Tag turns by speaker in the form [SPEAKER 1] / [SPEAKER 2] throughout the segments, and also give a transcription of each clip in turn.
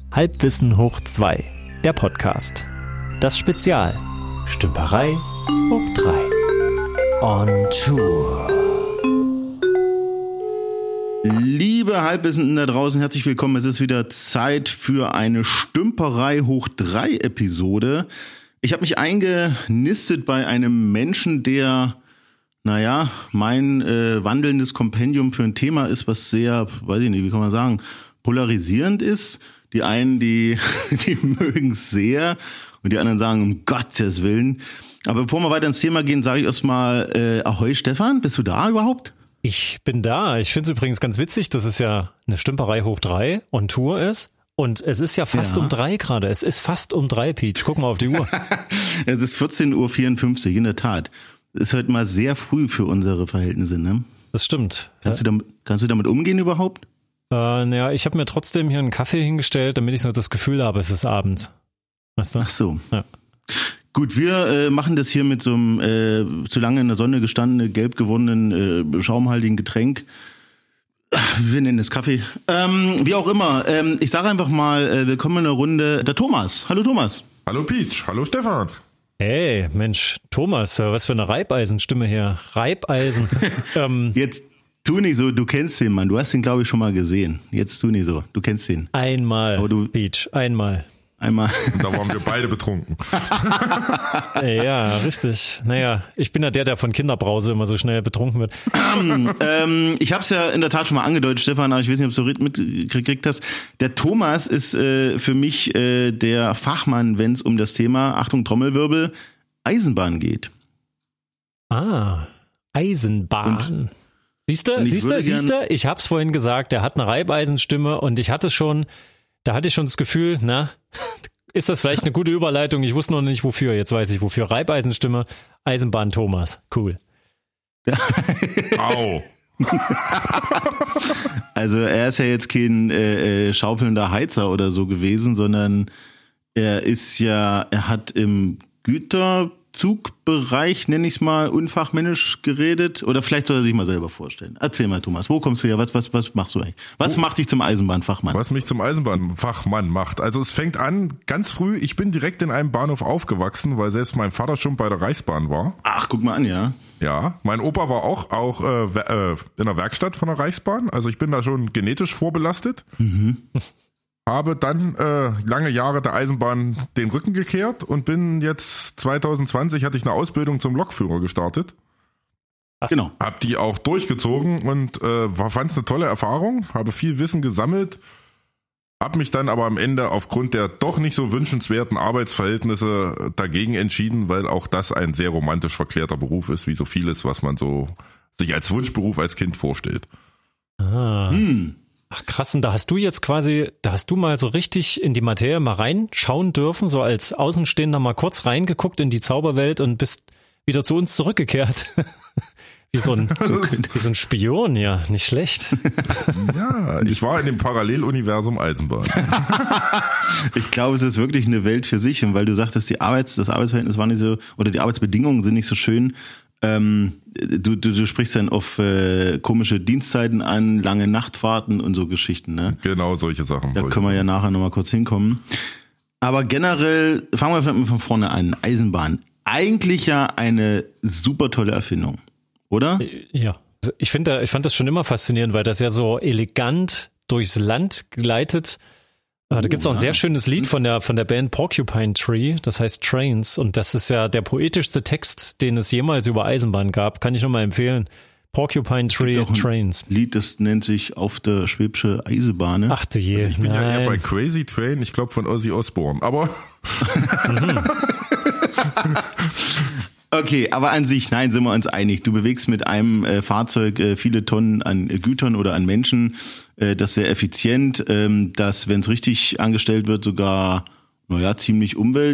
[SPEAKER 1] Halbwissen hoch 2, der Podcast. Das Spezial. Stümperei hoch 3. On Tour.
[SPEAKER 2] Liebe Halbwissenden da draußen, herzlich willkommen. Es ist wieder Zeit für eine Stümperei hoch 3 Episode. Ich habe mich eingenistet bei einem Menschen, der, mein wandelndes Kompendium für ein Thema ist, was sehr, weiß ich nicht, wie kann man sagen, polarisierend ist. Die einen, die mögen es sehr und die anderen sagen, um Gottes Willen. Aber bevor wir weiter ins Thema gehen, sage ich erstmal, Ahoi Stefan, bist du da überhaupt?
[SPEAKER 1] Ich bin da. Ich finde es übrigens ganz witzig, dass es ja eine Stümperei hoch 3 on Tour ist. Und es ist ja fast um 3 gerade. Es ist fast um 3, Peach. Guck mal auf die Uhr.
[SPEAKER 2] Es ist 14.54 Uhr, in der Tat. Ist heute mal sehr früh für unsere Verhältnisse, ne?
[SPEAKER 1] Das stimmt.
[SPEAKER 2] Kannst du damit umgehen überhaupt?
[SPEAKER 1] Ich habe mir trotzdem hier einen Kaffee hingestellt, damit ich so das Gefühl habe, es ist abends. Weißt du?
[SPEAKER 2] Ach so.
[SPEAKER 1] Ja.
[SPEAKER 2] Gut, wir machen das hier mit so einem zu lange in der Sonne gestandenen, gelb gewordenen, schaumhaltigen Getränk. Wir nennen es Kaffee. Wie auch immer. Ich sage einfach mal, willkommen in der Runde. Der Thomas. Hallo Thomas.
[SPEAKER 3] Hallo Peach. Hallo Stefan.
[SPEAKER 1] Hey, Mensch, Thomas, was für eine Reibeisenstimme hier. Reibeisen.
[SPEAKER 2] Jetzt tu nicht so, du kennst den Mann. Du hast ihn, glaube ich, schon mal gesehen. Jetzt tu nicht so, du kennst den.
[SPEAKER 1] Einmal, Peach, einmal.
[SPEAKER 2] Einmal.
[SPEAKER 3] Da waren wir beide betrunken.
[SPEAKER 1] Ja, richtig. Naja, ich bin ja der von Kinderbrause immer so schnell betrunken wird.
[SPEAKER 2] Ich habe es ja in der Tat schon mal angedeutet, Stefan, aber ich weiß nicht, ob du es mitgekriegt hast. Der Thomas ist für mich der Fachmann, wenn es um das Thema, Achtung Trommelwirbel, Eisenbahn geht.
[SPEAKER 1] Ah, Eisenbahn. Siehst du? Ich hab's vorhin gesagt, der hat eine Reibeisenstimme und da hatte ich schon das Gefühl, ist das vielleicht eine gute Überleitung? Ich wusste noch nicht wofür, jetzt weiß ich wofür. Reibeisenstimme, Eisenbahn Thomas, cool.
[SPEAKER 3] Au.
[SPEAKER 2] Also er ist ja jetzt kein schaufelnder Heizer oder so gewesen, sondern er hat im Güterzugbereich, nenne ich es mal, unfachmännisch geredet. Oder vielleicht soll er sich mal selber vorstellen. Erzähl mal, Thomas, wo kommst du her? Was machst du eigentlich? Was macht dich zum Eisenbahnfachmann?
[SPEAKER 3] Was mich zum Eisenbahnfachmann macht? Also es fängt an, ganz früh, ich bin direkt in einem Bahnhof aufgewachsen, weil selbst mein Vater schon bei der Reichsbahn war.
[SPEAKER 2] Ach, guck mal an, ja.
[SPEAKER 3] Ja, mein Opa war auch in der Werkstatt von der Reichsbahn. Also ich bin da schon genetisch vorbelastet. Mhm. Habe dann lange Jahre der Eisenbahn den Rücken gekehrt und bin jetzt 2020 hatte ich eine Ausbildung zum Lokführer gestartet.
[SPEAKER 2] Genau.
[SPEAKER 3] Hab die auch durchgezogen und fand es eine tolle Erfahrung, habe viel Wissen gesammelt, habe mich dann aber am Ende aufgrund der doch nicht so wünschenswerten Arbeitsverhältnisse dagegen entschieden, weil auch das ein sehr romantisch verklärter Beruf ist, wie so vieles, was man so sich als Wunschberuf als Kind vorstellt.
[SPEAKER 1] Ah. Ach krass, und da hast du mal so richtig in die Materie mal reinschauen dürfen, so als Außenstehender mal kurz reingeguckt in die Zauberwelt und bist wieder zu uns zurückgekehrt. Wie so ein Spion, ja, nicht schlecht.
[SPEAKER 3] Ja, ich war in dem Paralleluniversum Eisenbahn.
[SPEAKER 2] Ich glaube, es ist wirklich eine Welt für sich, und weil du sagtest, das Arbeitsverhältnis war nicht so, oder die Arbeitsbedingungen sind nicht so schön. Du sprichst dann auf komische Dienstzeiten an, lange Nachtfahrten und so Geschichten, ne?
[SPEAKER 3] Genau, solche Sachen.
[SPEAKER 2] Da können wir ja nachher nochmal kurz hinkommen. Aber generell, fangen wir vielleicht mal von vorne an. Eisenbahn. Eigentlich ja eine super tolle Erfindung, oder?
[SPEAKER 1] Ja. Ich fand das schon immer faszinierend, weil das ja so elegant durchs Land gleitet. Da gibt's auch ein sehr schönes Lied von der Band Porcupine Tree, das heißt Trains, und das ist ja der poetischste Text, den es jemals über Eisenbahn gab, kann ich nur mal empfehlen. Porcupine Tree Trains.
[SPEAKER 2] Lied, das nennt sich Auf der Schwäbische Eisenbahn.
[SPEAKER 1] Ach du je. Also
[SPEAKER 3] ich bin ja eher bei Crazy Train, ich glaube von Ozzy Osbourne, aber
[SPEAKER 2] Okay, aber an sich, nein, sind wir uns einig. Du bewegst mit einem Fahrzeug viele Tonnen an Gütern oder an Menschen. Das ist sehr effizient. Das, wenn es richtig angestellt wird, sogar, ziemlich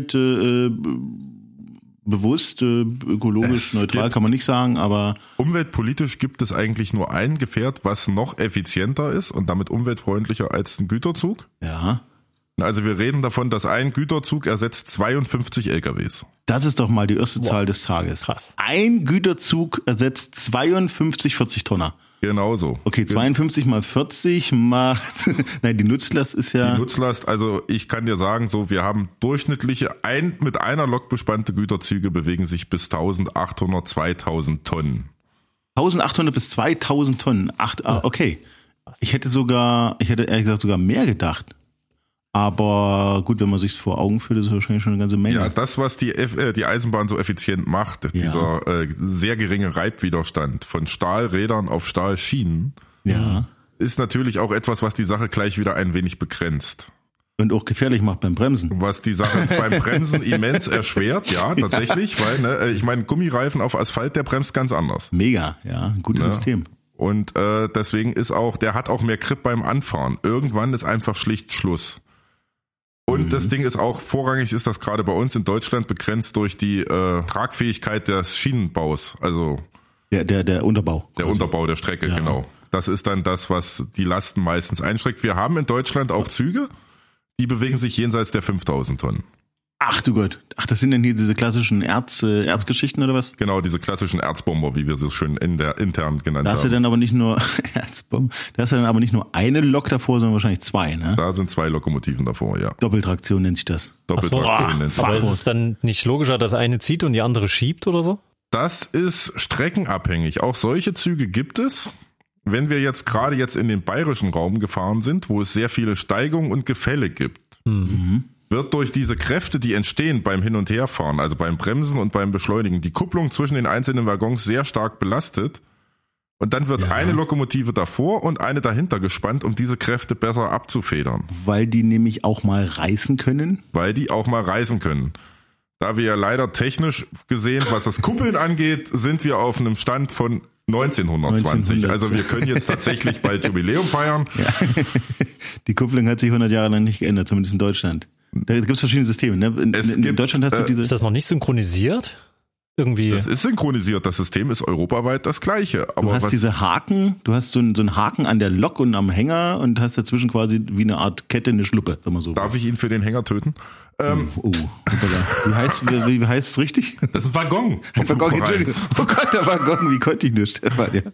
[SPEAKER 2] umweltbewusst, ökologisch neutral kann man nicht sagen, aber
[SPEAKER 3] umweltpolitisch gibt es eigentlich nur ein Gefährt, was noch effizienter ist und damit umweltfreundlicher als ein Güterzug.
[SPEAKER 2] Ja.
[SPEAKER 3] Also wir reden davon, dass ein Güterzug ersetzt 52 LKWs.
[SPEAKER 2] Das ist doch mal die erste Zahl des Tages.
[SPEAKER 1] Krass.
[SPEAKER 2] Ein Güterzug ersetzt 52 40-Tonner.
[SPEAKER 3] Genauso.
[SPEAKER 2] Okay, 52 mal 40 macht, nein, die Nutzlast ist ja...
[SPEAKER 3] Die Nutzlast, also ich kann dir sagen, so wir haben durchschnittliche mit einer Lok bespannte Güterzüge bewegen sich bis 1800, 2000 Tonnen.
[SPEAKER 2] 1800 bis 2000 Tonnen. Okay. Ich hätte ehrlich gesagt sogar mehr gedacht. Aber gut, wenn man sich vor Augen führt, ist es wahrscheinlich schon eine ganze Menge.
[SPEAKER 3] Ja, das, was die Eisenbahn so effizient macht, dieser sehr geringe Reibwiderstand von Stahlrädern auf Stahlschienen, ist natürlich auch etwas, was die Sache gleich wieder ein wenig begrenzt.
[SPEAKER 2] Und auch gefährlich macht beim Bremsen.
[SPEAKER 3] Was die Sache beim Bremsen immens erschwert, ja, tatsächlich, weil, ich meine, Gummireifen auf Asphalt, der bremst ganz anders.
[SPEAKER 2] Mega, ja, ein gutes System.
[SPEAKER 3] Und deswegen der hat auch mehr Grip beim Anfahren. Irgendwann ist einfach schlicht Schluss. Und das Ding ist auch, vorrangig ist das gerade bei uns in Deutschland begrenzt durch die Tragfähigkeit des Schienenbaus, also
[SPEAKER 2] der Unterbau.
[SPEAKER 3] Der Unterbau der Strecke, genau. Das ist dann das, was die Lasten meistens einschränkt. Wir haben in Deutschland auch Züge, die bewegen sich jenseits der 5000 Tonnen.
[SPEAKER 2] Ach du Gott. Ach, das sind dann hier diese klassischen Erzgeschichten oder was?
[SPEAKER 3] Genau, diese klassischen Erzbomber, wie wir sie schön intern genannt haben.
[SPEAKER 2] Da hast du dann aber nicht nur Erzbomber, da hast du dann aber nicht nur eine Lok davor, sondern wahrscheinlich zwei, ne?
[SPEAKER 3] Da sind 2 Lokomotiven davor, ja.
[SPEAKER 2] Doppeltraktion nennt sich das.
[SPEAKER 3] Doppeltraktion nennt sich
[SPEAKER 1] aber
[SPEAKER 3] das.
[SPEAKER 1] ist es dann nicht logischer, dass eine zieht und die andere schiebt oder so?
[SPEAKER 3] Das ist streckenabhängig. Auch solche Züge gibt es. Wenn wir gerade jetzt in den bayerischen Raum gefahren sind, wo es sehr viele Steigungen und Gefälle gibt, wird durch diese Kräfte, die entstehen beim Hin- und Herfahren, also beim Bremsen und beim Beschleunigen, die Kupplung zwischen den einzelnen Waggons sehr stark belastet. Und dann wird eine Lokomotive davor und eine dahinter gespannt, um diese Kräfte besser abzufedern.
[SPEAKER 2] Weil die nämlich auch mal reißen können?
[SPEAKER 3] Weil die auch mal reißen können. Da wir ja leider technisch gesehen, was das Kuppeln angeht, sind wir auf einem Stand von 1920. Also wir können jetzt tatsächlich bald Jubiläum feiern.
[SPEAKER 2] Ja. Die Kupplung hat sich 100 Jahre lang nicht geändert, zumindest in Deutschland. Da gibt es verschiedene Systeme. Ne? In Deutschland hast du diese...
[SPEAKER 1] Ist das noch nicht synchronisiert? Irgendwie.
[SPEAKER 3] Das ist synchronisiert. Das System ist europaweit das gleiche. Aber
[SPEAKER 2] du hast diese Haken, du hast so einen Haken an der Lok und am Hänger und hast dazwischen quasi wie eine Art Kette, eine Schluppe, wenn man so will.
[SPEAKER 3] Darf ich ihn für den Hänger töten?
[SPEAKER 2] Wie heißt es richtig?
[SPEAKER 3] Das ist ein Waggon.
[SPEAKER 2] Ein Waggon, Entschuldigung. Oh Gott, der Waggon, wie konnte ich nur, Stefan? Ja.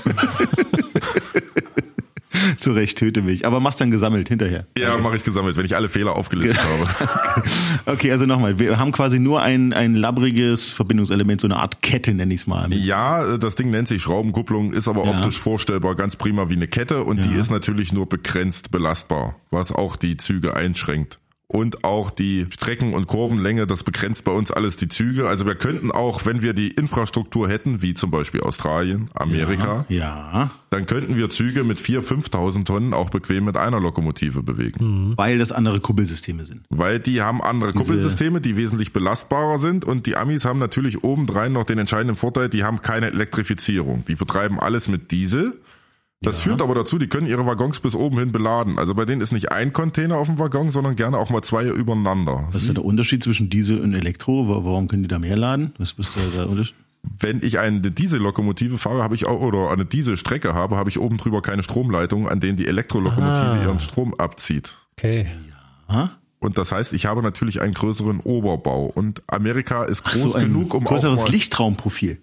[SPEAKER 2] Zu Recht, töte mich. Aber mach's dann gesammelt hinterher.
[SPEAKER 3] Ja, mache ich gesammelt, wenn ich alle Fehler aufgelistet habe.
[SPEAKER 2] Okay, also nochmal. Wir haben quasi nur ein labbriges Verbindungselement, so eine Art Kette, nenne ich es mal.
[SPEAKER 3] Ja, das Ding nennt sich Schraubenkupplung, ist aber optisch vorstellbar ganz prima wie eine Kette und die ist natürlich nur begrenzt belastbar, was auch die Züge einschränkt. Und auch die Strecken- und Kurvenlänge, das begrenzt bei uns alles die Züge. Also wir könnten auch, wenn wir die Infrastruktur hätten, wie zum Beispiel Australien, Amerika, dann könnten wir Züge mit 4.000, 5.000 Tonnen auch bequem mit einer Lokomotive bewegen.
[SPEAKER 2] Weil das andere Kuppelsysteme sind.
[SPEAKER 3] Weil die haben andere Kuppelsysteme, die wesentlich belastbarer sind und die Amis haben natürlich obendrein noch den entscheidenden Vorteil, die haben keine Elektrifizierung. Die betreiben alles mit Diesel. Das führt aber dazu, die können ihre Waggons bis oben hin beladen. Also bei denen ist nicht ein Container auf dem Waggon, sondern gerne auch mal 2 übereinander.
[SPEAKER 2] Was ist der Unterschied zwischen Diesel und Elektro? Warum können die da mehr laden? Was ist der Unterschied?
[SPEAKER 3] Wenn ich eine Diesellokomotive fahre, habe ich auch, oder eine Dieselstrecke habe ich oben drüber keine Stromleitung, an denen die Elektrolokomotive ihren Strom abzieht.
[SPEAKER 1] Okay.
[SPEAKER 2] Ja.
[SPEAKER 3] Und das heißt, ich habe natürlich einen größeren Oberbau. Und Amerika ist groß genug, um
[SPEAKER 2] größeres
[SPEAKER 3] auch mal
[SPEAKER 2] Lichtraumprofil.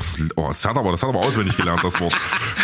[SPEAKER 3] Das hat aber auswendig gelernt, das Wort.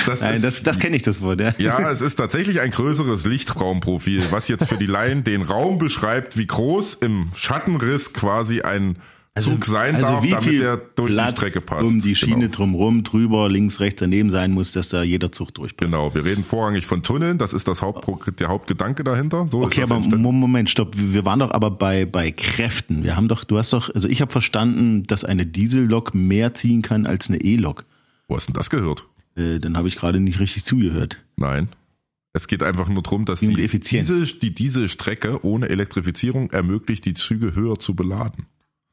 [SPEAKER 2] Das kenne ich, das Wort, ja.
[SPEAKER 3] Ja, es ist tatsächlich ein größeres Lichtraumprofil, was jetzt für die Laien den Raum beschreibt, wie groß im Schattenriss quasi ein Zug sein darf,
[SPEAKER 2] wie
[SPEAKER 3] damit er durch
[SPEAKER 2] Platz
[SPEAKER 3] die Strecke passt.
[SPEAKER 2] Um die Schiene drumherum, drüber, links, rechts daneben sein muss, dass da jeder Zug durchpasst.
[SPEAKER 3] Genau, wir reden vorrangig von Tunneln, das ist der Hauptgedanke dahinter. So
[SPEAKER 2] okay, aber Moment, stopp, wir waren doch aber bei Kräften. Ich habe verstanden, dass eine Diesellok mehr ziehen kann als eine E-Lok.
[SPEAKER 3] Wo hast denn das gehört?
[SPEAKER 2] Dann habe ich gerade nicht richtig zugehört.
[SPEAKER 3] Nein. Es geht einfach nur darum, dass die Dieselstrecke ohne Elektrifizierung ermöglicht, die Züge höher zu beladen.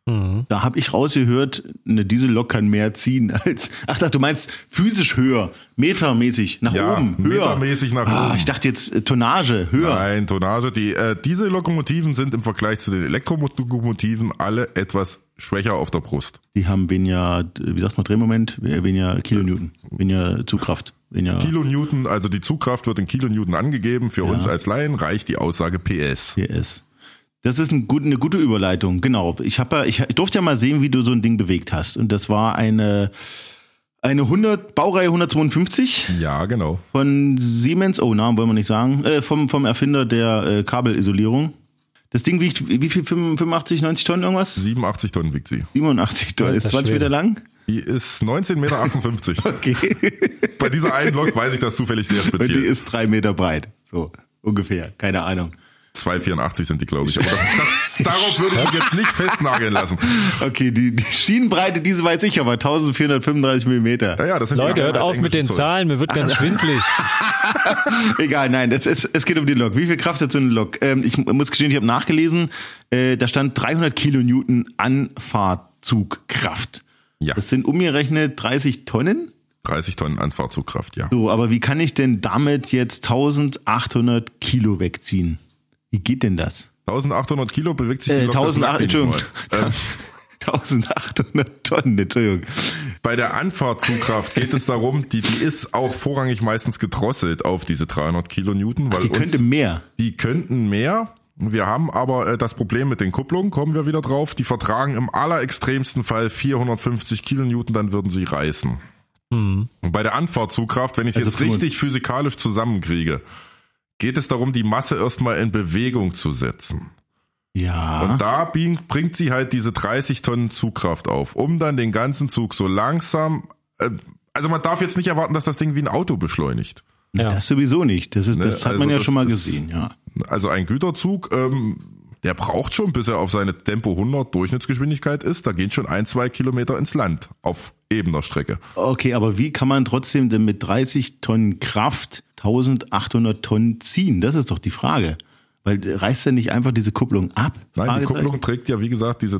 [SPEAKER 2] Da habe ich rausgehört, eine Diesellok kann mehr ziehen als... Ach, du meinst physisch höher, metermäßig nach oben, höher.
[SPEAKER 3] Metermäßig nach oben.
[SPEAKER 2] Ich dachte jetzt Tonnage, höher.
[SPEAKER 3] Nein, Tonnage. Diese Lokomotiven sind im Vergleich zu den Elektrolokomotiven alle etwas schwächer auf der Brust.
[SPEAKER 2] Die haben weniger, wie sagt man, Drehmoment, weniger Kilonewton, weniger Zugkraft.
[SPEAKER 3] Kilonewton, also die Zugkraft wird in Kilonewton angegeben. Für uns als Laien reicht die Aussage PS.
[SPEAKER 2] PS. Das ist eine gute Überleitung, genau. Ich durfte ja mal sehen, wie du so ein Ding bewegt hast. Und das war eine Eine Baureihe 152
[SPEAKER 3] Ja, genau.
[SPEAKER 2] von Siemens, Namen wollen wir nicht sagen, vom Erfinder der Kabelisolierung. Das Ding wiegt, wie viel, 85, 90 Tonnen irgendwas?
[SPEAKER 3] 87 Tonnen wiegt sie.
[SPEAKER 2] 87 Tonnen, ist 20 Meter lang?
[SPEAKER 3] Die ist 19,58 Meter.
[SPEAKER 2] Okay.
[SPEAKER 3] Bei dieser einen Lok weiß ich das zufällig sehr speziell.
[SPEAKER 2] Und die ist 3 Meter breit, so ungefähr, keine Ahnung.
[SPEAKER 3] 2,84 sind die, glaube ich. Aber darauf würde ich mich jetzt nicht festnageln lassen.
[SPEAKER 2] Okay, die Schienenbreite, diese weiß ich aber, 1435 Millimeter.
[SPEAKER 3] Ja, das sind
[SPEAKER 1] Leute, hört auf mit den Zahlen, mir wird ganz schwindelig.
[SPEAKER 2] Egal, nein, es geht um die Lok. Wie viel Kraft hat so eine Lok? Ich muss gestehen, ich habe nachgelesen, da stand 300 Kilonewton Anfahrtzugkraft.
[SPEAKER 3] Ja.
[SPEAKER 2] Das sind umgerechnet 30 Tonnen?
[SPEAKER 3] 30 Tonnen Anfahrtzugkraft, ja.
[SPEAKER 2] So, aber wie kann ich denn damit jetzt 1800 Kilo wegziehen? Wie geht denn das?
[SPEAKER 3] 1800 Kilo bewegt sich die Lok.
[SPEAKER 2] 1800 Tonnen, Entschuldigung.
[SPEAKER 3] Bei der Anfahrtzugkraft geht es darum, die ist auch vorrangig meistens gedrosselt auf diese 300 Kilonewton. Weil
[SPEAKER 2] die könnten mehr.
[SPEAKER 3] Die könnten mehr. Wir haben aber das Problem mit den Kupplungen, kommen wir wieder drauf. Die vertragen im allerextremsten Fall 450 Kilonewton, dann würden sie reißen. Und bei der Anfahrtzugkraft, wenn ich es jetzt richtig physikalisch zusammenkriege, geht es darum, die Masse erstmal in Bewegung zu setzen.
[SPEAKER 2] Ja.
[SPEAKER 3] Und da bringt sie halt diese 30 Tonnen Zugkraft auf, um dann den ganzen Zug so langsam, also man darf jetzt nicht erwarten, dass das Ding wie ein Auto beschleunigt.
[SPEAKER 2] Ja. Das sowieso nicht. Das hat man ja schon mal gesehen, ja.
[SPEAKER 3] Also ein Güterzug, der braucht schon, bis er auf seine Tempo 100 Durchschnittsgeschwindigkeit ist, da gehen schon 1-2 Kilometer ins Land auf ebener Strecke.
[SPEAKER 2] Okay, aber wie kann man trotzdem denn mit 30 Tonnen Kraft 1800 Tonnen ziehen? Das ist doch die Frage. Weil reißt ja nicht einfach diese Kupplung ab?
[SPEAKER 3] Nein, die Kupplung trägt ja, wie gesagt, diese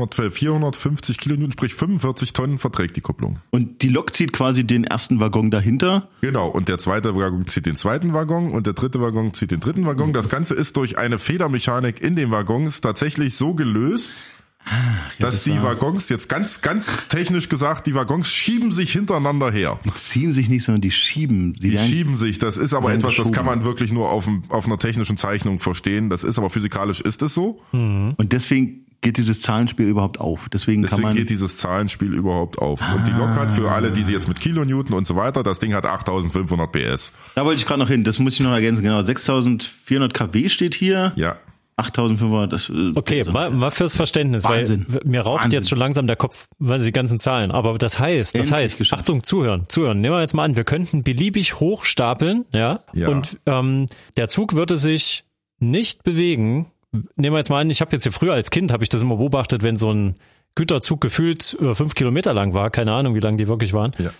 [SPEAKER 3] 450 Kilonewton, sprich 45 Tonnen verträgt die Kupplung.
[SPEAKER 2] Und die Lok zieht quasi den ersten Waggon dahinter?
[SPEAKER 3] Genau, und der zweite Waggon zieht den zweiten Waggon und der dritte Waggon zieht den dritten Waggon. Das Ganze ist durch eine Federmechanik in den Waggons tatsächlich so gelöst, dass die Waggons, jetzt ganz, ganz technisch gesagt, die Waggons schieben sich hintereinander her.
[SPEAKER 2] Die ziehen sich nicht, sondern die schieben.
[SPEAKER 3] Die schieben sich, das ist aber etwas, das kann man wirklich nur auf einer technischen Zeichnung verstehen. Das ist aber physikalisch ist es so.
[SPEAKER 2] Und deswegen geht dieses Zahlenspiel überhaupt auf. Deswegen
[SPEAKER 3] geht dieses Zahlenspiel überhaupt auf. Und die Lok hat für alle, die sie jetzt mit Kilonewton und so weiter, das Ding hat 8500 PS.
[SPEAKER 2] Da wollte ich gerade noch hin, das muss ich noch ergänzen. Genau, 6400 kW steht hier.
[SPEAKER 3] Ja.
[SPEAKER 2] 8500, das
[SPEAKER 1] okay, mal fürs Verständnis,
[SPEAKER 2] Wahnsinn.
[SPEAKER 1] Weil mir raucht jetzt schon langsam der Kopf, weil die ganzen Zahlen, aber das heißt, Achtung, zuhören, nehmen wir jetzt mal an, wir könnten beliebig hoch stapeln, ja. Und der Zug würde sich nicht bewegen, nehmen wir jetzt mal an, ich habe jetzt hier früher als Kind, habe ich das immer beobachtet, wenn so ein Güterzug gefühlt 5 Kilometer lang war, keine Ahnung, wie lang die wirklich waren.
[SPEAKER 3] Ja.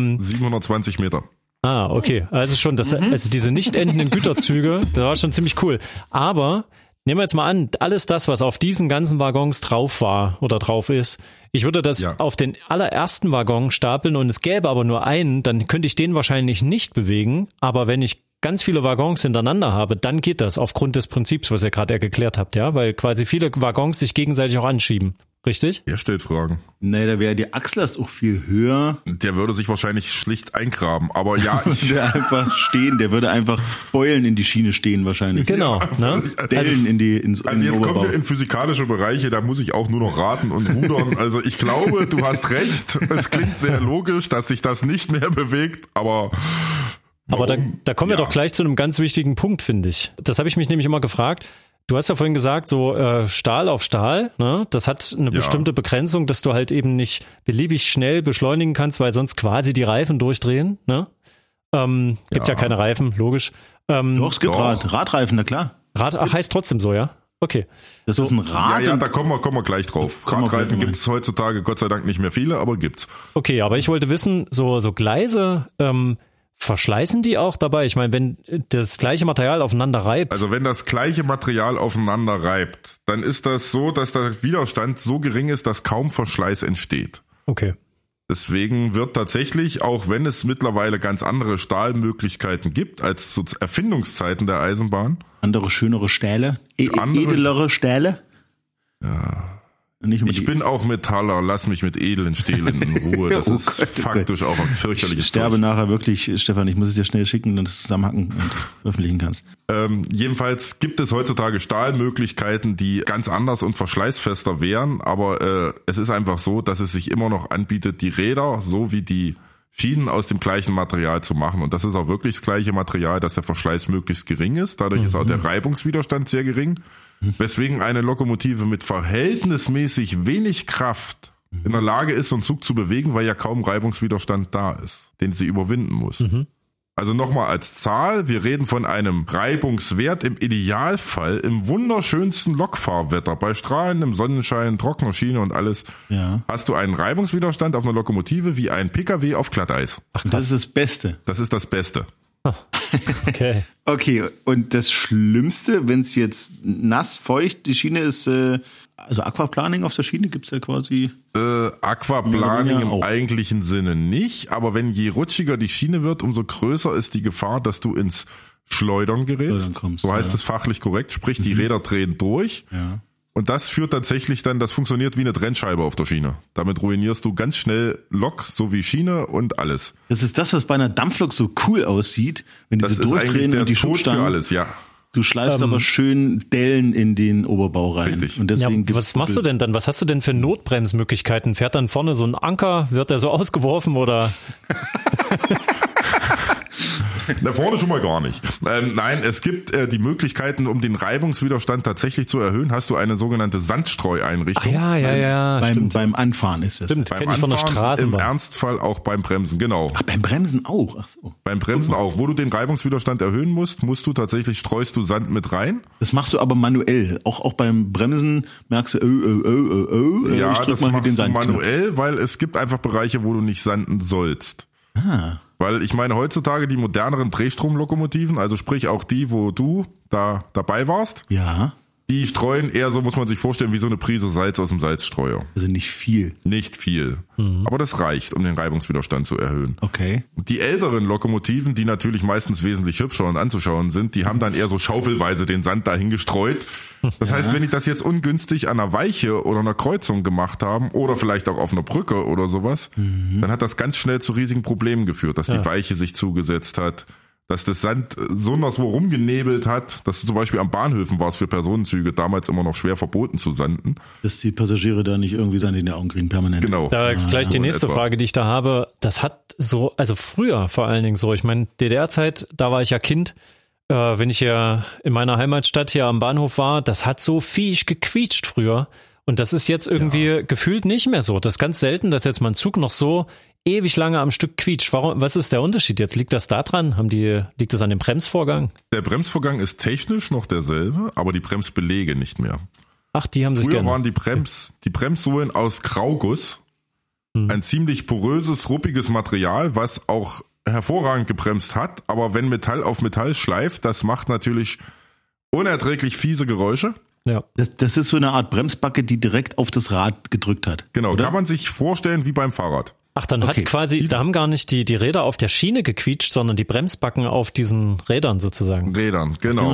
[SPEAKER 3] 720 Meter.
[SPEAKER 1] Okay, also schon, also diese nicht endenden Güterzüge, das war schon ziemlich cool, aber nehmen wir jetzt mal an, alles das, was auf diesen ganzen Waggons drauf war oder drauf ist, ich würde das auf den allerersten Waggon stapeln und es gäbe aber nur einen, dann könnte ich den wahrscheinlich nicht bewegen, aber wenn ich ganz viele Waggons hintereinander habe, dann geht das aufgrund des Prinzips, was ihr gerade geklärt habt, ja, weil quasi viele Waggons sich gegenseitig auch anschieben. Richtig?
[SPEAKER 3] Er stellt Fragen.
[SPEAKER 2] Nee, da wäre die Achslast auch viel höher.
[SPEAKER 3] Der würde sich wahrscheinlich schlicht eingraben, aber ja.
[SPEAKER 2] Der einfach stehen, der würde einfach Beulen in die Schiene stehen wahrscheinlich.
[SPEAKER 1] Genau.
[SPEAKER 2] Ne? Dellen ins
[SPEAKER 3] Also jetzt
[SPEAKER 2] Oberbau.
[SPEAKER 3] kommen wir in physikalische Bereiche, da muss ich auch nur noch raten und rudern. Also ich glaube, du hast recht. Es klingt sehr logisch, dass sich das nicht mehr bewegt, aber...
[SPEAKER 1] Aber da kommen wir doch gleich zu einem ganz wichtigen Punkt, finde ich. Das habe ich mich nämlich immer gefragt. Du hast ja vorhin gesagt, so Stahl auf Stahl, ne? Das hat eine bestimmte Begrenzung, dass du halt eben nicht beliebig schnell beschleunigen kannst, weil sonst quasi die Reifen durchdrehen. Ne? Gibt ja keine Reifen, logisch.
[SPEAKER 2] Doch, es gibt Radreifen, na klar.
[SPEAKER 1] Heißt trotzdem so, ja? Okay.
[SPEAKER 2] Das ist ein Rad.
[SPEAKER 3] Ja, da kommen wir gleich drauf. Radreifen gibt's heutzutage Gott sei Dank nicht mehr viele, aber gibt's.
[SPEAKER 1] Okay, aber ich wollte wissen, so Gleise, verschleißen die auch dabei? Ich meine, wenn das gleiche Material aufeinander reibt.
[SPEAKER 3] Also wenn das gleiche Material aufeinander reibt, dann ist das so, dass der Widerstand so gering ist, dass kaum Verschleiß entsteht.
[SPEAKER 1] Okay.
[SPEAKER 3] Deswegen wird tatsächlich, auch wenn es mittlerweile ganz andere Stahlmöglichkeiten gibt als zu Erfindungszeiten der Eisenbahn.
[SPEAKER 2] Andere, schönere Stähle? Edelere Stähle?
[SPEAKER 3] Ja. Ich bin auch Metaller, lass mich mit edlen Stählen in Ruhe. Das ist faktisch auch ein fürchterliches
[SPEAKER 2] Ich sterbe nachher wirklich, Stefan, ich muss es dir schnell schicken, dann du es zusammenhacken und veröffentlichen kannst.
[SPEAKER 3] Jedenfalls gibt es heutzutage Stahlmöglichkeiten, die ganz anders und verschleißfester wären, aber es ist einfach so, dass es sich immer noch anbietet, die Räder, so wie die Schienen aus dem gleichen Material zu machen. Und das ist auch wirklich das gleiche Material, dass der Verschleiß möglichst gering ist. Dadurch ist auch der Reibungswiderstand sehr gering. Weswegen eine Lokomotive mit verhältnismäßig wenig Kraft in der Lage ist, so einen Zug zu bewegen, weil ja kaum Reibungswiderstand da ist, den sie überwinden muss. Also nochmal als Zahl, wir reden von einem Reibungswert im Idealfall im wunderschönsten Lokfahrwetter, bei strahlendem Sonnenschein, trockener Schiene und alles, hast du einen Reibungswiderstand auf einer Lokomotive wie ein PKW auf Glatteis.
[SPEAKER 2] Ach, das ist das Beste.
[SPEAKER 3] Das ist das Beste.
[SPEAKER 1] Okay.
[SPEAKER 2] Okay, und das Schlimmste, wenn es jetzt nass, feucht, die Schiene ist, also Aquaplaning auf der Schiene gibt's ja quasi.
[SPEAKER 3] Aquaplaning im eigentlichen Sinne nicht, aber wenn je rutschiger die Schiene wird, umso größer ist die Gefahr, dass du ins Schleudern gerätst. So heißt es fachlich korrekt, sprich die Räder drehen durch.
[SPEAKER 2] Ja.
[SPEAKER 3] Und das führt tatsächlich dann, das funktioniert wie eine Trennscheibe auf der Schiene. Damit ruinierst du ganz schnell Lok sowie Schiene und alles.
[SPEAKER 2] Das ist das, was bei einer Dampflok so cool aussieht, wenn diese durchdrehen und die Schubstangen.
[SPEAKER 3] Für alles, ja.
[SPEAKER 2] Du schleifst aber schön Dellen in den Oberbau rein.
[SPEAKER 3] Richtig.
[SPEAKER 2] Und deswegen
[SPEAKER 1] was machst du denn dann? Was hast du denn für Notbremsmöglichkeiten? Fährt dann vorne so ein Anker? Wird der so ausgeworfen oder?
[SPEAKER 3] Da vorne schon mal gar nicht. Nein, es gibt die Möglichkeiten, um den Reibungswiderstand tatsächlich zu erhöhen, hast du eine sogenannte Sandstreueinrichtung.
[SPEAKER 1] Ja.
[SPEAKER 2] Beim Anfahren ist es.
[SPEAKER 1] Stimmt, kenne ich von der Straßenbahn.
[SPEAKER 3] Im Ernstfall auch beim Bremsen, genau.
[SPEAKER 2] Ach, beim Bremsen auch? Ach so.
[SPEAKER 3] Beim Bremsen auch. Wo du den Reibungswiderstand erhöhen musst, streust du Sand mit rein.
[SPEAKER 2] Das machst du aber manuell. Auch beim Bremsen merkst du,
[SPEAKER 3] ja, das machst
[SPEAKER 2] den
[SPEAKER 3] du manuell, weil es gibt einfach Bereiche, wo du nicht sanden sollst. Weil ich meine, heutzutage die moderneren Drehstromlokomotiven, also sprich auch die, wo du da dabei warst, die streuen eher so, muss man sich vorstellen, wie so eine Prise Salz aus dem Salzstreuer.
[SPEAKER 2] Also nicht viel.
[SPEAKER 3] Nicht viel. Aber das reicht, um den Reibungswiderstand zu erhöhen.
[SPEAKER 2] Okay.
[SPEAKER 3] Die älteren Lokomotiven, die natürlich meistens wesentlich hübscher und anzuschauen sind, die haben dann eher so schaufelweise den Sand dahin gestreut. Das heißt, wenn die das jetzt ungünstig an einer Weiche oder einer Kreuzung gemacht haben oder vielleicht auch auf einer Brücke oder sowas, dann hat das ganz schnell zu riesigen Problemen geführt, dass die Weiche sich zugesetzt hat, dass das Sand so anderswo rumgenebelt hat, dass zum Beispiel am Bahnhöfen war es für Personenzüge damals immer noch schwer verboten zu sanden.
[SPEAKER 2] Dass die Passagiere da nicht irgendwie Sand in die Augen kriegen, permanent.
[SPEAKER 3] Genau.
[SPEAKER 1] Da ist gleich die nächste Frage, die ich da habe. Das hat so, also früher vor allen Dingen so, ich meine, DDR-Zeit, da war ich ja Kind, wenn ich hier in meiner Heimatstadt hier am Bahnhof war, das hat so viech gequietscht früher. Und das ist jetzt irgendwie gefühlt nicht mehr so. Das ist ganz selten, dass jetzt mal ein Zug noch so ewig lange am Stück quietscht. Was ist der Unterschied jetzt? Liegt das da dran? Liegt das an dem Bremsvorgang?
[SPEAKER 3] Der Bremsvorgang ist technisch noch derselbe, aber die Bremsbeläge nicht mehr.
[SPEAKER 1] Ach, die haben sich
[SPEAKER 3] Früher
[SPEAKER 1] geändert.
[SPEAKER 3] waren die Bremssohlen aus Grauguss. Ein ziemlich poröses, ruppiges Material, was auch hervorragend gebremst hat, aber wenn Metall auf Metall schleift, das macht natürlich unerträglich fiese Geräusche.
[SPEAKER 1] Ja.
[SPEAKER 2] Das ist so eine Art Bremsbacke, die direkt auf das Rad gedrückt hat.
[SPEAKER 3] Genau,
[SPEAKER 2] oder?
[SPEAKER 3] Kann man sich vorstellen wie beim Fahrrad.
[SPEAKER 1] Ach, dann hat quasi, da haben gar nicht die Räder auf der Schiene gequietscht, sondern die Bremsbacken auf diesen Rädern sozusagen.
[SPEAKER 3] Genau.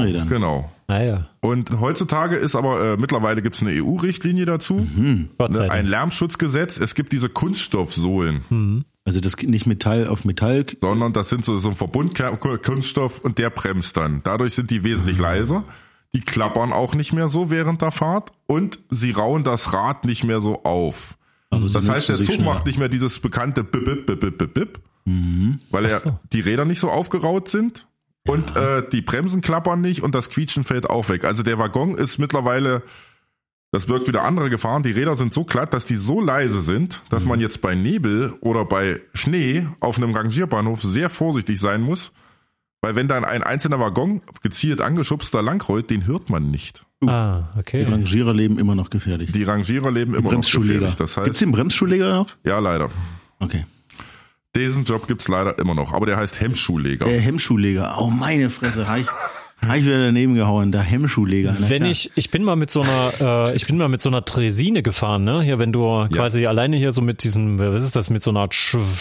[SPEAKER 1] Ah, ja.
[SPEAKER 3] Und heutzutage ist aber, mittlerweile gibt es eine EU-Richtlinie dazu, ein Lärmschutzgesetz. Es gibt diese Kunststoffsohlen.
[SPEAKER 2] Also das geht nicht Metall auf Metall.
[SPEAKER 3] Sondern das sind so ein Verbundkunststoff und der bremst dann. Dadurch sind die wesentlich leiser. Die klappern auch nicht mehr so während der Fahrt und sie rauen das Rad nicht mehr so auf. Das heißt, der Zug macht nicht mehr dieses bekannte Bip, Bip, Bip, Bip, Bip, Bip, weil die Räder nicht so aufgeraut sind und die Bremsen klappern nicht und das Quietschen fällt auch weg. Also der Waggon ist mittlerweile, das birgt wieder andere Gefahren. Die Räder sind so glatt, dass die so leise sind, dass man jetzt bei Nebel oder bei Schnee auf einem Rangierbahnhof sehr vorsichtig sein muss. Weil wenn dann ein einzelner Waggon gezielt angeschubst da langrollt, den hört man nicht.
[SPEAKER 1] Okay.
[SPEAKER 2] Die Rangierer leben immer noch gefährlich.
[SPEAKER 3] Die Rangierer leben immer noch gefährlich. Das heißt,
[SPEAKER 2] gibt's den Bremsschuhleger noch?
[SPEAKER 3] Ja, leider.
[SPEAKER 2] Okay.
[SPEAKER 3] Diesen Job gibt's leider immer noch, aber der heißt Hemmschuhleger.
[SPEAKER 2] Hemmschuhleger. Oh, meine Fresse. Hab ich wieder daneben gehauen, der Hemmschuhleger.
[SPEAKER 1] Ich bin mal mit so einer Tresine gefahren, ne? Hier, wenn du quasi alleine hier so mit diesem, was ist das, mit so einer Art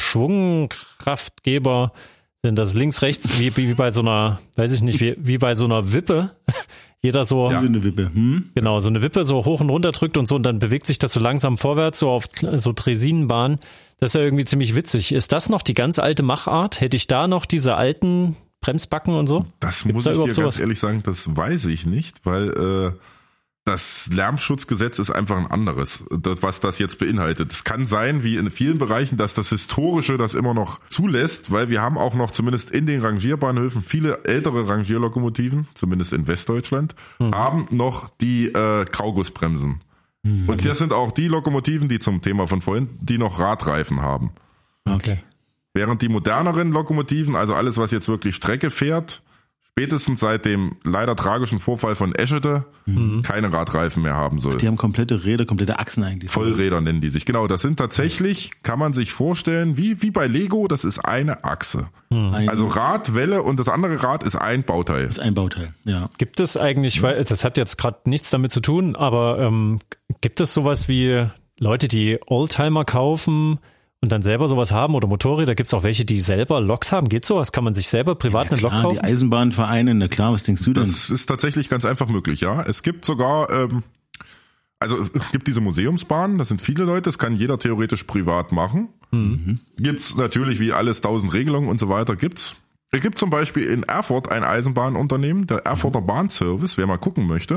[SPEAKER 1] Schwungkraftgeber, denn das links, rechts, wie bei so einer, weiß ich nicht, wie bei so einer Wippe. Jeder so.
[SPEAKER 2] Ja, eine Wippe.
[SPEAKER 1] Genau, so eine Wippe so hoch und runter drückt und so und dann bewegt sich das so langsam vorwärts, so auf so Tresinenbahn. Das ist ja irgendwie ziemlich witzig. Ist das noch die ganz alte Machart? Hätte ich da noch diese alten Bremsbacken und so?
[SPEAKER 3] Das muss ich dir ganz ehrlich sagen, das weiß ich nicht, weil das Lärmschutzgesetz ist einfach ein anderes, was das jetzt beinhaltet. Es kann sein, wie in vielen Bereichen, dass das Historische das immer noch zulässt, weil wir haben auch noch zumindest in den Rangierbahnhöfen viele ältere Rangierlokomotiven, zumindest in Westdeutschland, haben noch die Graugussbremsen. Und das sind auch die Lokomotiven, die zum Thema von vorhin, die noch Radreifen haben.
[SPEAKER 1] Okay.
[SPEAKER 3] Während die moderneren Lokomotiven, also alles, was jetzt wirklich Strecke fährt, spätestens seit dem leider tragischen Vorfall von Eschede keine Radreifen mehr haben soll.
[SPEAKER 2] Die haben komplette Räder, komplette Achsen eigentlich.
[SPEAKER 3] Vollräder nennen die sich. Genau, das sind tatsächlich, kann man sich vorstellen, wie bei Lego, das ist eine Achse. Also Rad, Welle und das andere Rad ist ein Bauteil.
[SPEAKER 2] Das ist ein Bauteil, ja.
[SPEAKER 1] Gibt es eigentlich, weil das hat jetzt gerade nichts damit zu tun, aber gibt es sowas wie Leute, die Oldtimer kaufen und dann selber sowas haben oder Motorräder? Gibt es auch welche, die selber Loks haben? Geht sowas? Kann man sich selber privat eine Lok kaufen?
[SPEAKER 2] Die Eisenbahnvereine, na klar, was denkst du denn?
[SPEAKER 3] Das ist tatsächlich ganz einfach möglich, ja. Es gibt sogar, es gibt diese Museumsbahnen, das sind viele Leute, das kann jeder theoretisch privat machen. Gibt's natürlich wie alles 1000 Regelungen und so weiter gibt's. Es gibt zum Beispiel in Erfurt ein Eisenbahnunternehmen, der Erfurter Bahnservice, wer mal gucken möchte.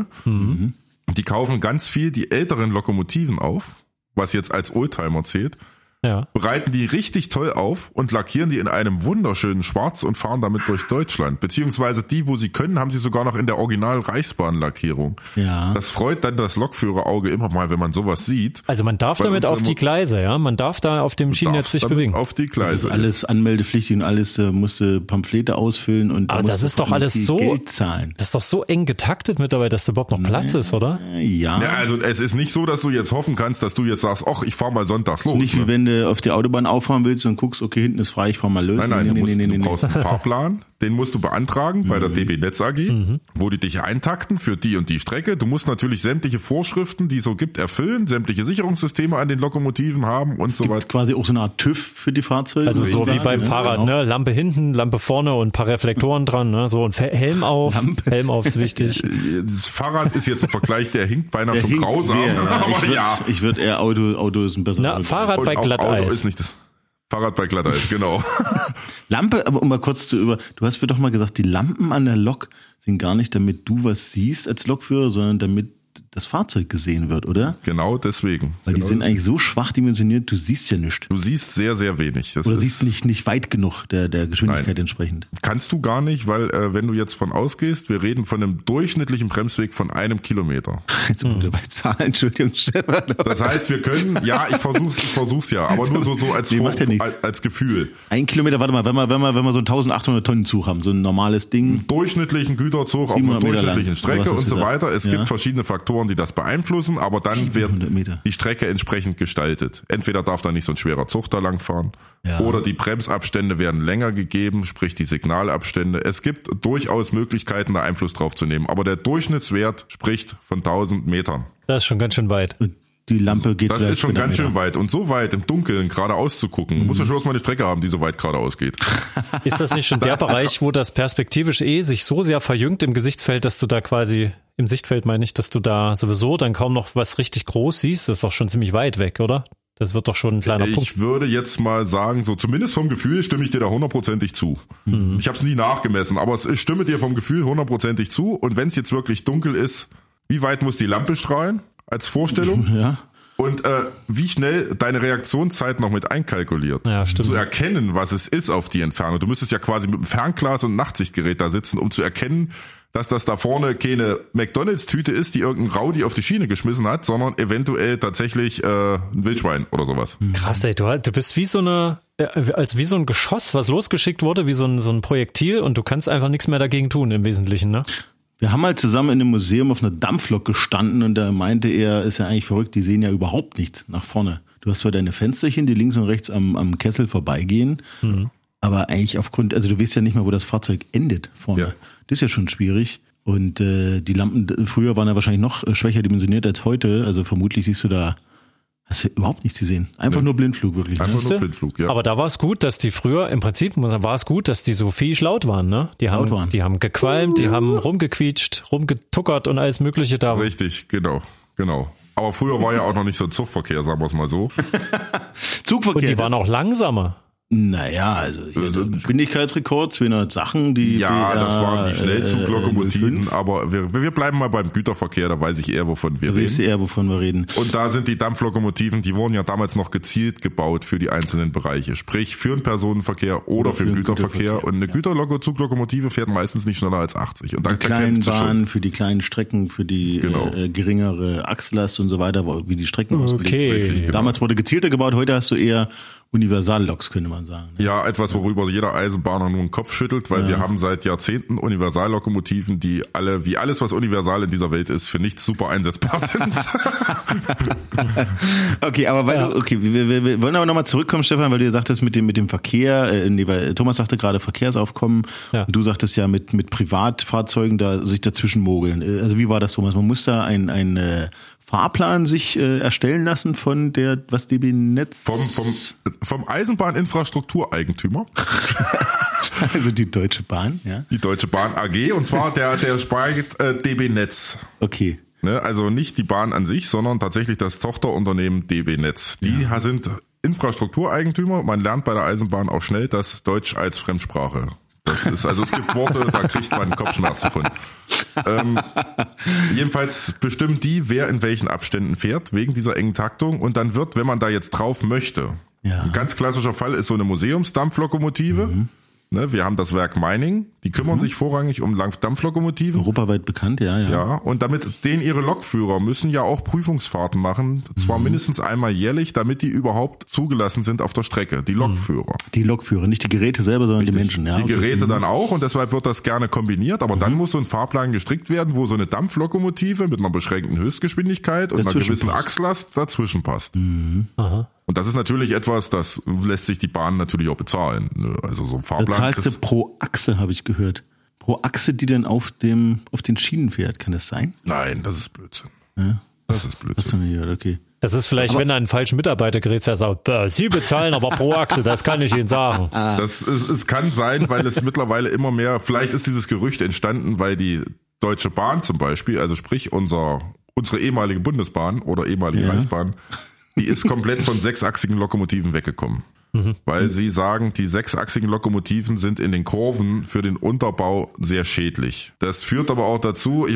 [SPEAKER 3] Die kaufen ganz viel die älteren Lokomotiven auf, was jetzt als Oldtimer zählt.
[SPEAKER 1] Ja.
[SPEAKER 3] Bereiten die richtig toll auf und lackieren die in einem wunderschönen Schwarz und fahren damit durch Deutschland. Beziehungsweise die, wo sie können, haben sie sogar noch in der Original-Reichsbahn-Lackierung.
[SPEAKER 2] Ja.
[SPEAKER 3] Das freut dann das Lokführerauge immer mal, wenn man sowas sieht.
[SPEAKER 1] Also man darf damit auf die Gleise, ja? Man darf da auf dem Schienennetz sich bewegen.
[SPEAKER 3] Auf die Gleise.
[SPEAKER 2] Das ist alles anmeldepflichtig und alles, musste Pamphlete ausfüllen und
[SPEAKER 1] aber das ist doch alles so,
[SPEAKER 2] Geld zahlen.
[SPEAKER 1] Das ist doch so eng getaktet mittlerweile, dass da überhaupt noch Platz ist, oder?
[SPEAKER 2] Ja.
[SPEAKER 3] Ja, also es ist nicht so, dass du jetzt hoffen kannst, dass du jetzt sagst, ach, ich fahr mal sonntags los.
[SPEAKER 2] Nicht wie wenn du auf die Autobahn auffahren willst und guckst, okay, hinten ist frei, ich fahr mal los.
[SPEAKER 3] Nein, du brauchst einen Fahrplan, den musst du beantragen bei der DB Netz AG, wo die dich eintakten für die und die Strecke. Du musst natürlich sämtliche Vorschriften, die es so gibt, erfüllen, sämtliche Sicherungssysteme an den Lokomotiven haben und so weiter.
[SPEAKER 2] Quasi auch so eine Art TÜV für die Fahrzeuge.
[SPEAKER 1] Also so wie beim Fahrrad, ne? Lampe hinten, Lampe vorne und ein paar Reflektoren dran, ne? So ein Helm auf. Helm auf ist wichtig.
[SPEAKER 3] Das Fahrrad ist jetzt ein Vergleich, der hinkt beinahe schon grausam.
[SPEAKER 2] Ich würde eher Auto ist ein besserer.
[SPEAKER 1] Fahrrad bei Glatteis.
[SPEAKER 3] Auto ist nicht das. Fahrrad bei Glatteis, genau.
[SPEAKER 2] Lampe, aber um mal kurz du hast mir doch mal gesagt, die Lampen an der Lok sind gar nicht, damit du was siehst als Lokführer, sondern damit das Fahrzeug gesehen wird, oder?
[SPEAKER 3] Genau deswegen.
[SPEAKER 2] Weil die sind eigentlich so schwach dimensioniert, du siehst ja nichts.
[SPEAKER 3] Du siehst sehr, sehr wenig.
[SPEAKER 2] Oder siehst nicht weit genug der Geschwindigkeit entsprechend.
[SPEAKER 3] Kannst du gar nicht, weil wenn du jetzt von ausgehst, wir reden von einem durchschnittlichen Bremsweg von 1 Kilometer.
[SPEAKER 2] Jetzt sind wir bei Zahlen, Entschuldigung, Stefan.
[SPEAKER 3] Das heißt, wir können, ja, ich versuch's ja, aber nur so als Gefühl.
[SPEAKER 2] 1 Kilometer, warte mal, wenn wir so einen 1800 Tonnen Zug haben, so ein normales Ding.
[SPEAKER 3] Einen durchschnittlichen Güterzug auf einer durchschnittlichen Strecke und so weiter. Es gibt verschiedene Faktoren, die das beeinflussen, aber dann wird die Strecke entsprechend gestaltet. Entweder darf da nicht so ein schwerer Zug da langfahren oder die Bremsabstände werden länger gegeben, sprich die Signalabstände. Es gibt durchaus Möglichkeiten, da Einfluss drauf zu nehmen, aber der Durchschnittswert spricht von 1000 Metern.
[SPEAKER 1] Das ist schon ganz schön weit.
[SPEAKER 2] Die Lampe geht
[SPEAKER 3] das ist schon ganz schön weit. Und so weit im Dunkeln geradeaus zu gucken, muss ja schon mal eine Strecke haben, die so weit geradeaus geht.
[SPEAKER 1] Ist das nicht schon der Bereich, wo das perspektivisch sich so sehr verjüngt im Gesichtsfeld, dass du da quasi, im Sichtfeld meine ich, dass du da sowieso dann kaum noch was richtig groß siehst? Das ist doch schon ziemlich weit weg, oder? Das wird doch schon ein kleiner Punkt.
[SPEAKER 3] Ich würde jetzt mal sagen, so zumindest vom Gefühl stimme ich dir da 100%ig zu. Ich habe es nie nachgemessen, aber ich stimme dir vom Gefühl 100%ig zu. Und wenn es jetzt wirklich dunkel ist, wie weit muss die Lampe strahlen als Vorstellung?
[SPEAKER 2] Ja.
[SPEAKER 3] Und wie schnell deine Reaktionszeit noch mit einkalkuliert.
[SPEAKER 1] Ja, stimmt.
[SPEAKER 3] Zu erkennen, was es ist auf die Entfernung. Du müsstest ja quasi mit einem Fernglas und Nachtsichtgerät da sitzen, um zu erkennen, dass das da vorne keine McDonalds-Tüte ist, die irgendein Rowdy auf die Schiene geschmissen hat, sondern eventuell tatsächlich ein Wildschwein oder sowas.
[SPEAKER 1] Krass, ey, du bist wie so ein Geschoss, was losgeschickt wurde, wie so ein Projektil und du kannst einfach nichts mehr dagegen tun im Wesentlichen, ne?
[SPEAKER 2] Wir haben mal zusammen in einem Museum auf einer Dampflok gestanden und da meinte er, ist ja eigentlich verrückt, die sehen ja überhaupt nichts nach vorne. Du hast zwar deine Fensterchen, die links und rechts am Kessel vorbeigehen, aber eigentlich aufgrund, also du weißt ja nicht mehr, wo das Fahrzeug endet vorne. Ja. Das ist ja schon schwierig. Und die Lampen früher waren ja wahrscheinlich noch schwächer dimensioniert als heute, also vermutlich siehst du da, hast du überhaupt nichts gesehen. Einfach nur Blindflug, wirklich.
[SPEAKER 3] Einfach nur Blindflug, ja.
[SPEAKER 1] Aber da war es gut, dass die früher, im Prinzip war es gut, dass die so viel laut waren, ne? Die haben gequalmt, die haben rumgequietscht, rumgetuckert und alles Mögliche da.
[SPEAKER 3] Richtig, genau. Aber früher war ja auch noch nicht so ein Zugverkehr, sagen wir es mal so.
[SPEAKER 2] Zugverkehr.
[SPEAKER 1] Und die waren auch langsamer.
[SPEAKER 2] Naja, also Geschwindigkeitsrekord, 200 Sachen, die
[SPEAKER 3] ja,
[SPEAKER 2] BR,
[SPEAKER 3] das waren die Schnellzuglokomotiven,
[SPEAKER 2] 05.
[SPEAKER 3] aber wir bleiben mal beim Güterverkehr, da weiß ich eher, wovon wir reden. Und da sind die Dampflokomotiven, die wurden ja damals noch gezielt gebaut für die einzelnen Bereiche, sprich für den Personenverkehr oder für den Güterverkehr. Und eine Güterzuglokomotive fährt meistens nicht schneller als 80. Und
[SPEAKER 2] die kleinen Bahnen für die kleinen Strecken, für die geringere Achslast und so weiter, wie die Strecken ausgelegt werden.
[SPEAKER 1] Richtig,
[SPEAKER 2] Damals wurde gezielter gebaut, heute hast du eher Universalloks, könnte man sagen. Ne?
[SPEAKER 3] Ja, etwas, worüber jeder Eisenbahner nur den Kopf schüttelt, weil wir haben seit Jahrzehnten Universallokomotiven, die alle, wie alles, was universal in dieser Welt ist, für nichts super einsetzbar sind.
[SPEAKER 2] Okay, aber wir wollen aber nochmal zurückkommen, Stefan, weil du gesagt hast, mit dem Verkehr, weil Thomas sagte gerade Verkehrsaufkommen, und du sagtest ja mit Privatfahrzeugen da sich dazwischen mogeln. Also wie war das, Thomas? Man muss da ein Fahrplan sich erstellen lassen von der, DB Netz?
[SPEAKER 3] Vom Eisenbahninfrastruktureigentümer.
[SPEAKER 2] Also die Deutsche Bahn, ja? Die
[SPEAKER 3] Deutsche Bahn AG, und zwar der speichert DB Netz.
[SPEAKER 2] Okay.
[SPEAKER 3] Ne, also nicht die Bahn an sich, sondern tatsächlich das Tochterunternehmen DB Netz. Die sind Infrastruktureigentümer. Man lernt bei der Eisenbahn auch schnell das Deutsch als Fremdsprache. Das ist, also es gibt Worte, da kriegt man Kopfschmerzen von. Jedenfalls bestimmt die, wer in welchen Abständen fährt, wegen dieser engen Taktung. Und dann wird, wenn man da jetzt drauf möchte, ein ganz klassischer Fall ist so eine Museumsdampflokomotive. Ne, wir haben das Werk Meining, die kümmern sich vorrangig um Dampflokomotiven.
[SPEAKER 2] Europaweit bekannt, ja.
[SPEAKER 3] Ja, und ihre Lokführer müssen ja auch Prüfungsfahrten machen, zwar mindestens einmal jährlich, damit die überhaupt zugelassen sind auf der Strecke, die Lokführer.
[SPEAKER 2] Die Lokführer, nicht die Geräte selber, sondern
[SPEAKER 3] Richtig.
[SPEAKER 2] Die Menschen. Ja,
[SPEAKER 3] die Geräte dann auch, und deshalb wird das gerne kombiniert, aber dann muss so ein Fahrplan gestrickt werden, wo so eine Dampflokomotive mit einer beschränkten Höchstgeschwindigkeit und einer gewissen Achslast dazwischen passt.
[SPEAKER 1] Aha.
[SPEAKER 3] Und das ist natürlich etwas, das lässt sich die Bahn natürlich auch bezahlen. Also so ein Fahrplan.
[SPEAKER 2] Da zahlst du pro Achse, habe ich gehört. Pro Achse, die dann auf den Schienen fährt. Kann das sein?
[SPEAKER 3] Nein, das ist Blödsinn.
[SPEAKER 2] Ja?
[SPEAKER 3] Das ist Blödsinn.
[SPEAKER 2] Hast du nicht gehört, okay.
[SPEAKER 1] Das ist vielleicht, wenn er einen falschen Mitarbeiter gerät, der sagt, Sie bezahlen aber pro Achse, das kann ich Ihnen sagen.
[SPEAKER 3] Es kann sein, weil es mittlerweile immer mehr, vielleicht ist dieses Gerücht entstanden, weil die Deutsche Bahn zum Beispiel, also sprich unsere ehemalige Bundesbahn oder ehemalige Reichsbahn, die ist komplett von sechsachsigen Lokomotiven weggekommen. Weil sie sagen, die sechsachsigen Lokomotiven sind in den Kurven für den Unterbau sehr schädlich. Das führt aber auch dazu,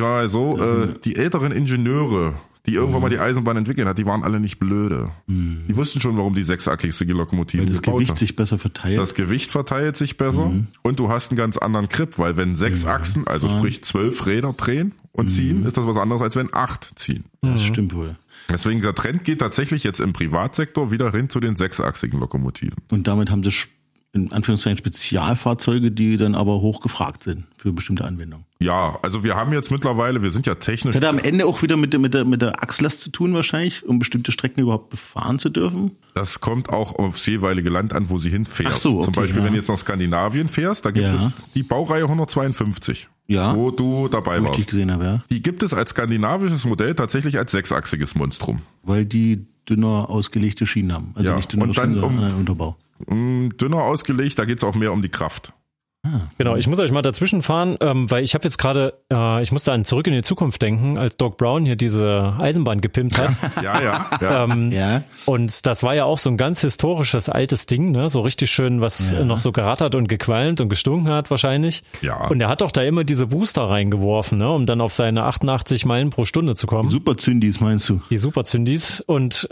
[SPEAKER 3] die älteren Ingenieure, die irgendwann mal die Eisenbahn entwickelt hat, die waren alle nicht blöde. Die wussten schon, warum die sechsachsige Lokomotiven
[SPEAKER 2] gebaut haben. Das Gewicht sich besser verteilt.
[SPEAKER 3] Das Gewicht verteilt sich besser und du hast einen ganz anderen Grip, weil wenn 6 Achsen, also sprich 12 Räder drehen und ziehen, ist das was anderes, als wenn 8 ziehen.
[SPEAKER 2] Das stimmt wohl.
[SPEAKER 3] Deswegen der Trend geht tatsächlich jetzt im Privatsektor wieder hin zu den sechsachsigen Lokomotiven.
[SPEAKER 2] Und damit haben sie in Anführungszeichen Spezialfahrzeuge, die dann aber hoch gefragt sind für bestimmte Anwendungen.
[SPEAKER 3] Ja, also wir haben jetzt mittlerweile, wir sind ja technisch.
[SPEAKER 2] Das hat am Ende auch wieder mit der Achslast zu tun wahrscheinlich, um bestimmte Strecken überhaupt befahren zu dürfen?
[SPEAKER 3] Das kommt auch aufs jeweilige Land an, wo sie hinfährt.
[SPEAKER 2] Ach so, okay,
[SPEAKER 3] zum Beispiel, wenn du jetzt nach Skandinavien fährst, da gibt es die Baureihe 152.
[SPEAKER 2] Ja,
[SPEAKER 3] wo du dabei warst.
[SPEAKER 2] Ich gesehen habe, ja.
[SPEAKER 3] Die gibt es als skandinavisches Modell tatsächlich als sechsachsiges Monstrum.
[SPEAKER 2] Weil die dünner ausgelegte Schienen haben. Also nicht dünner Schienen, sondern einen Unterbau.
[SPEAKER 3] Dünner ausgelegt, da geht es auch mehr um die Kraft.
[SPEAKER 1] Genau, ich muss euch mal dazwischen fahren, weil ich habe jetzt gerade, ich musste an Zurück in die Zukunft denken, als Doc Brown hier diese Eisenbahn gepimpt hat.
[SPEAKER 3] Ja.
[SPEAKER 1] Und das war ja auch so ein ganz historisches altes Ding, ne? So richtig schön, was noch so gerattert und gequalmt und gestunken hat wahrscheinlich.
[SPEAKER 3] Ja.
[SPEAKER 1] Und er hat doch da immer diese Booster reingeworfen, ne? Um dann auf seine 88 Meilen pro Stunde zu kommen.
[SPEAKER 2] Superzündis meinst du?
[SPEAKER 1] Die Superzündis. Und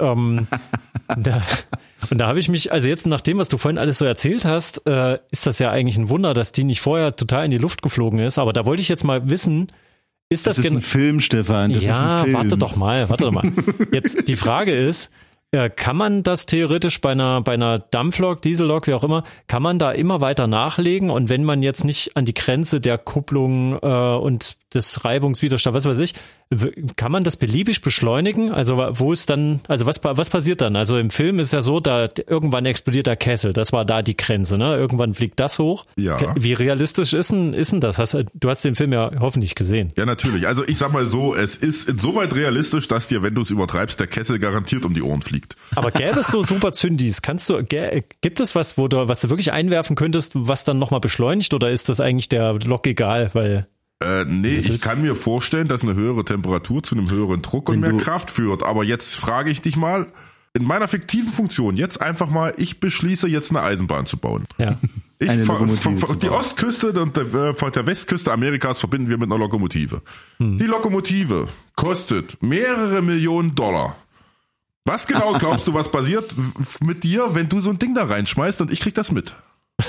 [SPEAKER 1] da habe ich mich, also jetzt nach dem, was du vorhin alles so erzählt hast, ist das ja eigentlich ein Wunder, dass die nicht vorher total in die Luft geflogen ist. Aber da wollte ich jetzt mal wissen, ist das...
[SPEAKER 2] Das ist ein Film, Stefan. Das ist ein Film.
[SPEAKER 1] Warte doch mal. Jetzt die Frage ist, kann man das theoretisch bei einer Dampflok, Diesellok, wie auch immer, kann man da immer weiter nachlegen? Und wenn man jetzt nicht an die Grenze der Kupplung und des Reibungswiderstands, was weiß ich, kann man das beliebig beschleunigen? Also wo ist dann, also was passiert dann? Also im Film ist ja so, da irgendwann explodiert der Kessel, das war da die Grenze, ne? Irgendwann fliegt das hoch.
[SPEAKER 3] Ja.
[SPEAKER 1] Wie realistisch ist denn das? Du hast den Film ja hoffentlich gesehen.
[SPEAKER 3] Ja, natürlich. Also ich sag mal so, es ist insoweit realistisch, dass dir, wenn du es übertreibst, der Kessel garantiert um die Ohren fliegt.
[SPEAKER 1] Aber gäbe es so Superzündis? Gibt es was, was du wirklich einwerfen könntest, was dann nochmal beschleunigt, oder ist das eigentlich der Lok egal, weil...
[SPEAKER 3] Nee, ich kann mir vorstellen, dass eine höhere Temperatur zu einem höheren Druck und mehr Kraft führt. Aber jetzt frage ich dich mal, in meiner fiktiven Funktion jetzt einfach mal, ich beschließe jetzt eine Eisenbahn zu bauen.
[SPEAKER 1] Ja.
[SPEAKER 3] Die Ostküste und der Westküste Amerikas verbinden wir mit einer Lokomotive. Die Lokomotive kostet mehrere Millionen $. Was genau glaubst du, was passiert mit dir, wenn du so ein Ding da reinschmeißt und ich krieg das mit?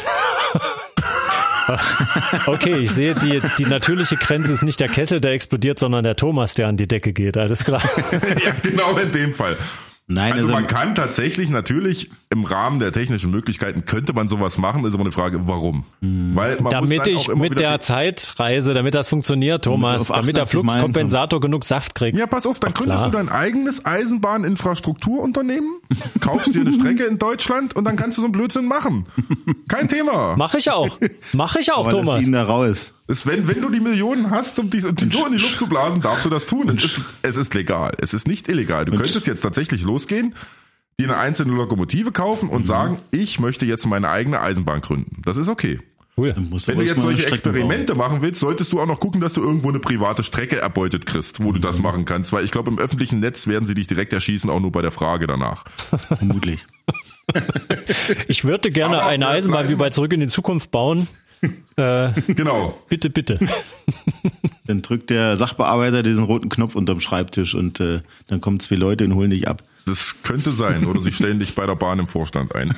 [SPEAKER 1] Okay, ich sehe, die natürliche Grenze ist nicht der Kessel, der explodiert, sondern der Thomas, der an die Decke geht. Alles klar.
[SPEAKER 3] Ja, genau in dem Fall.
[SPEAKER 2] Nein,
[SPEAKER 3] also man kann tatsächlich natürlich im Rahmen der technischen Möglichkeiten könnte man sowas machen, ist aber eine Frage, warum? Weil man
[SPEAKER 1] damit
[SPEAKER 3] muss dann
[SPEAKER 1] ich
[SPEAKER 3] auch immer
[SPEAKER 1] mit der Zeitreise, damit das funktioniert, Thomas, damit der Fluxkompensator genug Saft kriegt.
[SPEAKER 3] Ja, pass auf, dann gründest du dein eigenes Eisenbahninfrastrukturunternehmen, kaufst dir eine Strecke in Deutschland und dann kannst du so einen Blödsinn machen. Kein Thema.
[SPEAKER 1] Mach ich auch,
[SPEAKER 2] aber
[SPEAKER 1] Thomas.
[SPEAKER 2] Lass ihn da raus.
[SPEAKER 3] Wenn du die Millionen hast, um die so in die Luft zu blasen, darfst du das tun. Es ist legal. Es ist nicht illegal. Du könntest jetzt tatsächlich losgehen, dir eine einzelne Lokomotive kaufen und sagen, ich möchte jetzt meine eigene Eisenbahn gründen. Das ist okay.
[SPEAKER 1] Cool.
[SPEAKER 3] Wenn du jetzt solche Experimente machen willst, solltest du auch noch gucken, dass du irgendwo eine private Strecke erbeutet kriegst, wo du das machen kannst. Weil ich glaube, im öffentlichen Netz werden sie dich direkt erschießen, auch nur bei der Frage danach.
[SPEAKER 2] Vermutlich.
[SPEAKER 1] Ich würde gerne eine Eisenbahn wie bei Zurück in die Zukunft bauen.
[SPEAKER 3] Genau.
[SPEAKER 1] Bitte.
[SPEAKER 2] Dann drückt der Sachbearbeiter diesen roten Knopf unterm Schreibtisch und dann kommen 2 Leute und holen dich ab.
[SPEAKER 3] Das könnte sein. Oder sie stellen dich bei der Bahn im Vorstand ein.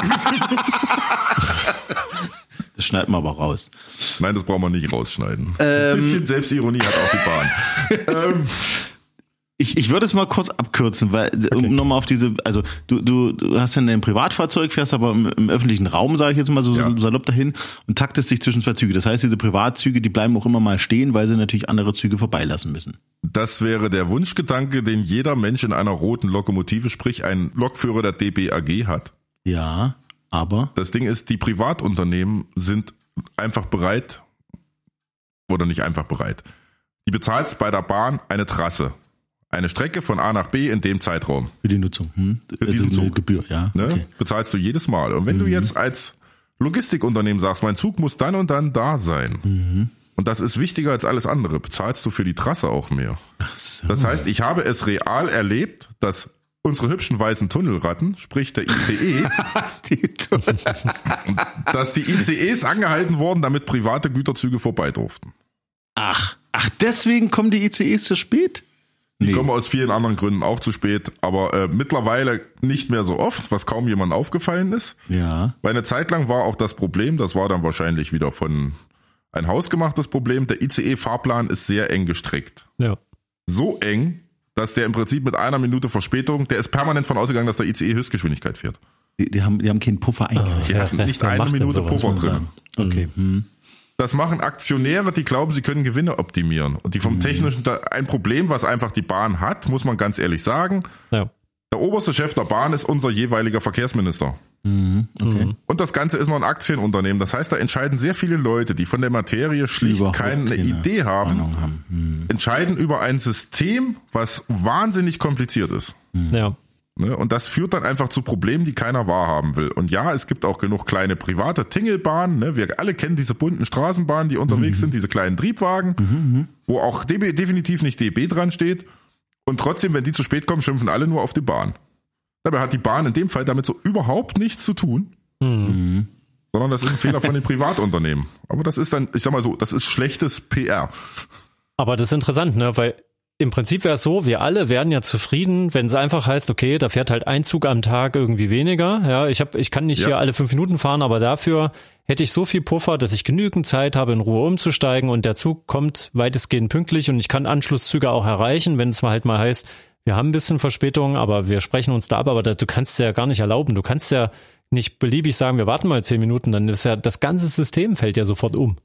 [SPEAKER 2] Das schneiden wir aber raus.
[SPEAKER 3] Nein, das brauchen wir nicht rausschneiden. Ein bisschen Selbstironie hat auch die Bahn.
[SPEAKER 2] Ich würde es mal kurz abkürzen, weil um nochmal auf diese, also du hast ja ein Privatfahrzeug, fährst aber im öffentlichen Raum, sage ich jetzt mal so salopp dahin und taktest dich zwischen 2 Züge. Das heißt, diese Privatzüge, die bleiben auch immer mal stehen, weil sie natürlich andere Züge vorbeilassen müssen.
[SPEAKER 3] Das wäre der Wunschgedanke, den jeder Mensch in einer roten Lokomotive, sprich ein Lokführer der DBAG hat.
[SPEAKER 2] Ja, aber
[SPEAKER 3] das Ding ist, die Privatunternehmen sind einfach bereit, oder nicht einfach bereit. Die bezahlst bei der Bahn eine Trasse. Eine Strecke von A nach B in dem Zeitraum.
[SPEAKER 2] Für die Nutzung.
[SPEAKER 3] Für diesen Zug.
[SPEAKER 2] Gebühr, ja.
[SPEAKER 3] Ne?
[SPEAKER 2] Okay.
[SPEAKER 3] Bezahlst du jedes Mal. Und wenn du jetzt als Logistikunternehmen sagst, mein Zug muss dann und dann da sein, und das ist wichtiger als alles andere, bezahlst du für die Trasse auch mehr.
[SPEAKER 2] Ach so.
[SPEAKER 3] Das heißt, ich habe es real erlebt, dass unsere hübschen weißen Tunnelratten, sprich der ICE, dass die ICEs angehalten wurden, damit private Güterzüge vorbei durften.
[SPEAKER 2] Ach, deswegen kommen die ICEs zu spät?
[SPEAKER 3] Die kommen aus vielen anderen Gründen auch zu spät, aber mittlerweile nicht mehr so oft, was kaum jemandem aufgefallen ist.
[SPEAKER 2] Ja.
[SPEAKER 3] Weil eine Zeit lang war auch das Problem, das war dann wahrscheinlich wieder von ein hausgemachtes Problem, der ICE-Fahrplan ist sehr eng gestrickt.
[SPEAKER 1] Ja.
[SPEAKER 3] So eng, dass der im Prinzip mit 1 Minute Verspätung, der ist permanent von ausgegangen, dass der ICE Höchstgeschwindigkeit fährt.
[SPEAKER 2] Die haben keinen Puffer eingerichtet.
[SPEAKER 3] Die hatten nicht 1 Minute Puffer drin.
[SPEAKER 2] Okay.
[SPEAKER 3] Das machen Aktionäre, die glauben, sie können Gewinne optimieren. Und die vom Technischen, ein Problem, was einfach die Bahn hat, muss man ganz ehrlich sagen.
[SPEAKER 1] Ja.
[SPEAKER 3] Der oberste Chef der Bahn ist unser jeweiliger Verkehrsminister.
[SPEAKER 2] Okay.
[SPEAKER 3] Und das Ganze ist noch ein Aktienunternehmen. Das heißt, da entscheiden sehr viele Leute, die von der Materie schlicht keine Idee haben, entscheiden über ein System, was wahnsinnig kompliziert ist.
[SPEAKER 1] Ja.
[SPEAKER 3] Und das führt dann einfach zu Problemen, die keiner wahrhaben will. Und ja, es gibt auch genug kleine private Tingelbahnen. Wir alle kennen diese bunten Straßenbahnen, die unterwegs sind, diese kleinen Triebwagen, wo auch definitiv nicht DB dran steht. Und trotzdem, wenn die zu spät kommen, schimpfen alle nur auf die Bahn. Dabei hat die Bahn in dem Fall damit so überhaupt nichts zu tun, sondern das ist ein Fehler von den Privatunternehmen. Aber das ist dann, ich sag mal so, das ist schlechtes PR.
[SPEAKER 1] Aber das ist interessant, ne, weil im Prinzip wäre es so, wir alle wären ja zufrieden, wenn es einfach heißt, okay, da fährt halt ein Zug am Tag irgendwie weniger. Ja, ich kann nicht hier alle 5 Minuten fahren, aber dafür hätte ich so viel Puffer, dass ich genügend Zeit habe, in Ruhe umzusteigen und der Zug kommt weitestgehend pünktlich und ich kann Anschlusszüge auch erreichen, wenn es mal halt mal heißt, wir haben ein bisschen Verspätung, aber wir sprechen uns da ab, aber du kannst ja gar nicht erlauben. Du kannst ja nicht beliebig sagen, wir warten mal 10 Minuten, dann ist ja das ganze System fällt ja sofort um.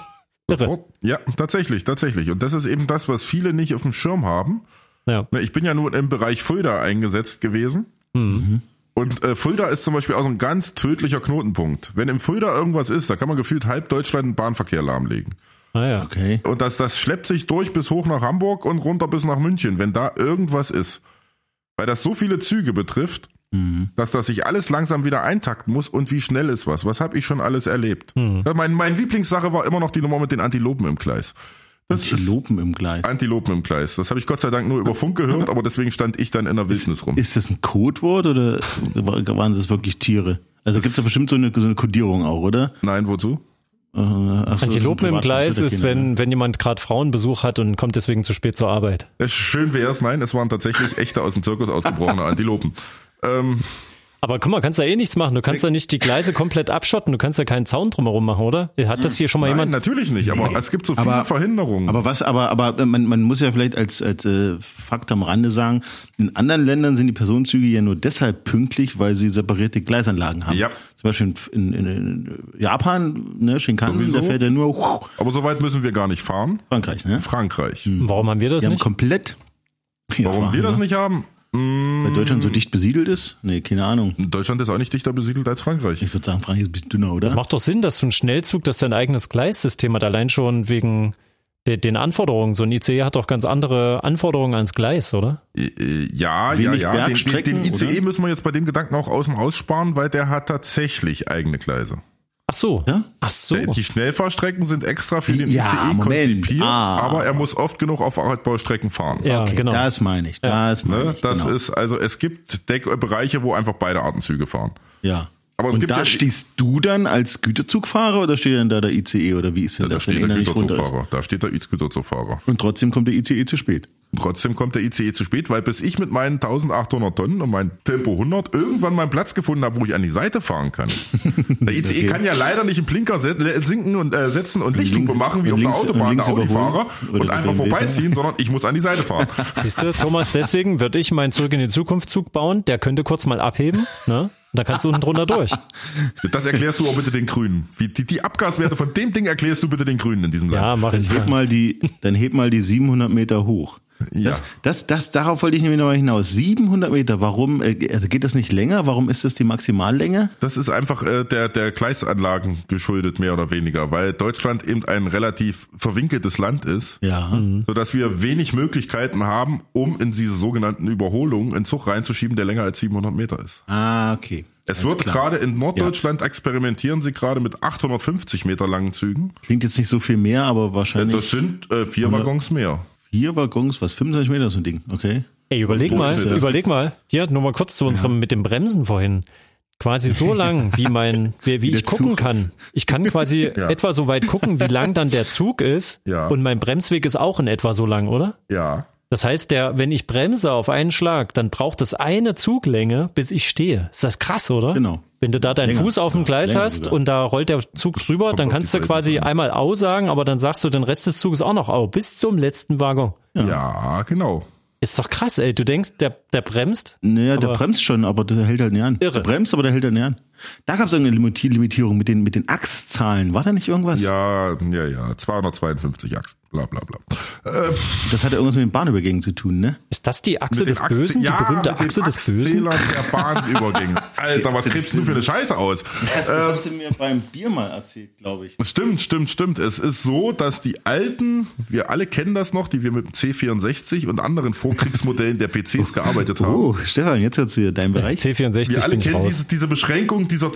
[SPEAKER 3] Ja, tatsächlich. Und das ist eben das, was viele nicht auf dem Schirm haben.
[SPEAKER 1] Ja.
[SPEAKER 3] Ich bin ja nur im Bereich Fulda eingesetzt gewesen. Und Fulda ist zum Beispiel auch so ein ganz tödlicher Knotenpunkt. Wenn im Fulda irgendwas ist, da kann man gefühlt halb Deutschland den Bahnverkehr lahmlegen.
[SPEAKER 1] Ah ja.
[SPEAKER 2] Okay.
[SPEAKER 3] Und das schleppt sich durch bis hoch nach Hamburg und runter bis nach München, wenn da irgendwas ist. Weil das so viele Züge betrifft, dass das sich alles langsam wieder eintakten muss und wie schnell ist was. Was habe ich schon alles erlebt? Meine Lieblingssache war immer noch die Nummer mit den Antilopen im Gleis.
[SPEAKER 2] Antilopen im Gleis.
[SPEAKER 3] Antilopen im Gleis. Das habe ich Gott sei Dank nur über Funk gehört, aber deswegen stand ich dann in der Wildnis rum.
[SPEAKER 2] Ist das ein Codewort oder waren das wirklich Tiere? Also gibt es da bestimmt so eine Kodierung auch, oder?
[SPEAKER 3] Nein, wozu?
[SPEAKER 1] Antilopen im Gleis ist, wenn jemand gerade Frauenbesuch hat und kommt deswegen zu spät zur Arbeit.
[SPEAKER 3] Schön wär's, nein, es waren tatsächlich echte aus dem Zirkus ausgebrochene Antilopen.
[SPEAKER 1] Aber guck mal, kannst da nichts machen. Du kannst da nicht die Gleise komplett abschotten. Du kannst da keinen Zaun drumherum machen, oder? Hat das hier schon mal jemand?
[SPEAKER 3] Nein, natürlich nicht, aber es gibt so viele Verhinderungen.
[SPEAKER 2] Aber man muss ja vielleicht als Fakt am Rande sagen, in anderen Ländern sind die Personenzüge ja nur deshalb pünktlich, weil sie separierte Gleisanlagen haben.
[SPEAKER 3] Ja.
[SPEAKER 2] Zum Beispiel in Japan, ne, Shinkansen, der fährt ja nur.
[SPEAKER 3] Aber so weit müssen wir gar nicht fahren.
[SPEAKER 2] Frankreich, ne?
[SPEAKER 3] Frankreich.
[SPEAKER 1] Warum haben wir das
[SPEAKER 2] Die
[SPEAKER 1] nicht?
[SPEAKER 2] haben komplett.
[SPEAKER 3] Warum wir das nicht haben?
[SPEAKER 2] Weil Deutschland so dicht besiedelt ist? Nee, keine Ahnung.
[SPEAKER 3] Deutschland ist auch nicht dichter besiedelt als Frankreich.
[SPEAKER 2] Ich würde sagen, Frankreich ist ein bisschen dünner, oder?
[SPEAKER 1] Das macht doch Sinn, dass so ein Schnellzug, das sein eigenes Gleissystem hat, allein schon wegen den Anforderungen. So ein ICE hat doch ganz andere Anforderungen ans Gleis, oder?
[SPEAKER 3] Ja. Den ICE müssen wir jetzt bei dem Gedanken auch außen aussparen, weil der hat tatsächlich eigene Gleise.
[SPEAKER 1] Ach so.
[SPEAKER 2] Ja?
[SPEAKER 1] Ach so.
[SPEAKER 3] Die Schnellfahrstrecken sind extra für den ICE konzipiert, aber er muss oft genug auf Altbaustrecken fahren.
[SPEAKER 1] Ja,
[SPEAKER 2] okay,
[SPEAKER 1] genau.
[SPEAKER 2] Das meine ich.
[SPEAKER 3] Ist, also es gibt Bereiche, wo einfach beide Arten Züge fahren.
[SPEAKER 2] Ja.
[SPEAKER 3] Aber es
[SPEAKER 2] und
[SPEAKER 3] gibt
[SPEAKER 2] da stehst du dann als Güterzugfahrer oder steht dann da der ICE oder wie ist denn
[SPEAKER 3] da
[SPEAKER 2] das?
[SPEAKER 3] steht der Güterzugfahrer. Da steht der Güterzugfahrer.
[SPEAKER 2] Und trotzdem kommt der ICE zu spät.
[SPEAKER 3] Trotzdem kommt der ICE zu spät, weil bis ich mit meinen 1800 Tonnen und mein Tempo 100 irgendwann meinen Platz gefunden habe, wo ich an die Seite fahren kann. Der ICE kann ja leider nicht im Blinker sinken und setzen und Lichthupe machen, wie auf der Autobahn der Audi-Fahrer und einfach vorbeiziehen, sondern ich muss an die Seite fahren.
[SPEAKER 1] Siehst du, Thomas, deswegen würde ich meinen Zurück in die Zukunft Zug bauen, der könnte kurz mal abheben, ne? Und da kannst du unten drunter durch.
[SPEAKER 3] Das erklärst du auch bitte den Grünen. Die Abgaswerte von dem Ding erklärst du bitte den Grünen in diesem Land.
[SPEAKER 1] Ja, mach ich.
[SPEAKER 2] Dann heb mal die 700 Meter hoch.
[SPEAKER 3] Ja.
[SPEAKER 2] Darauf wollte ich nämlich noch mal hinaus. 700 Meter, warum, also geht das nicht länger? Warum ist das die Maximallänge?
[SPEAKER 3] Das ist einfach der Gleisanlagen geschuldet, mehr oder weniger, weil Deutschland eben ein relativ verwinkeltes Land ist, sodass wir wenig Möglichkeiten haben, um in diese sogenannten Überholungen einen Zug reinzuschieben, der länger als 700 Meter ist.
[SPEAKER 2] Ah, okay.
[SPEAKER 3] Es wird gerade in Norddeutschland experimentieren sie gerade mit 850 Meter langen Zügen.
[SPEAKER 2] Klingt jetzt nicht so viel mehr, aber wahrscheinlich.
[SPEAKER 3] Das sind 4 Waggons mehr.
[SPEAKER 2] 4 Waggons, 25 Meter so ein Ding, okay.
[SPEAKER 1] Ey, überleg mal. Hier, nur mal kurz zu unserem mit dem Bremsen vorhin. Quasi so lang, wie ich gucken kann. Ich kann quasi etwa so weit gucken, wie lang dann der Zug ist.
[SPEAKER 3] Ja.
[SPEAKER 1] Und mein Bremsweg ist auch in etwa so lang, oder?
[SPEAKER 3] Ja.
[SPEAKER 1] Das heißt, wenn ich bremse auf einen Schlag, dann braucht es eine Zuglänge, bis ich stehe. Ist das krass, oder?
[SPEAKER 2] Genau.
[SPEAKER 1] Wenn du da deinen Fuß auf dem Gleis hast und da rollt der Zug drüber, dann kannst du quasi einmal Au sagen, aber dann sagst du den Rest des Zuges auch noch Au, bis zum letzten Waggon.
[SPEAKER 3] Ja, genau.
[SPEAKER 1] Ist doch krass, ey. Du denkst, der bremst?
[SPEAKER 2] Naja, der bremst schon, aber der hält halt nicht an.
[SPEAKER 1] Irre.
[SPEAKER 2] Der bremst, aber der hält halt nicht an. Da gab es irgendeine Limitierung mit den Achszahlen. War da nicht irgendwas?
[SPEAKER 3] Ja. 252 Achsen, bla bla bla.
[SPEAKER 2] Das hat ja irgendwas mit den Bahnübergängen zu tun, ne?
[SPEAKER 1] Ist das die Achse des Bösen? Die berühmte Achse des Bösen?
[SPEAKER 3] Der Bahnübergänge. Alter, was kriegst du für eine Scheiße aus?
[SPEAKER 2] Das hast du mir beim Bier mal erzählt, glaube ich.
[SPEAKER 3] Stimmt. Es ist so, dass die alten, wir alle kennen das noch, die wir mit dem C64 und anderen Vorkriegsmodellen der PCs gearbeitet haben.
[SPEAKER 2] Oh, Stefan, jetzt erzähl dein Bereich.
[SPEAKER 1] C64
[SPEAKER 3] wir alle
[SPEAKER 1] bin ich
[SPEAKER 3] kennen
[SPEAKER 1] raus.
[SPEAKER 3] diese Beschränkung dieser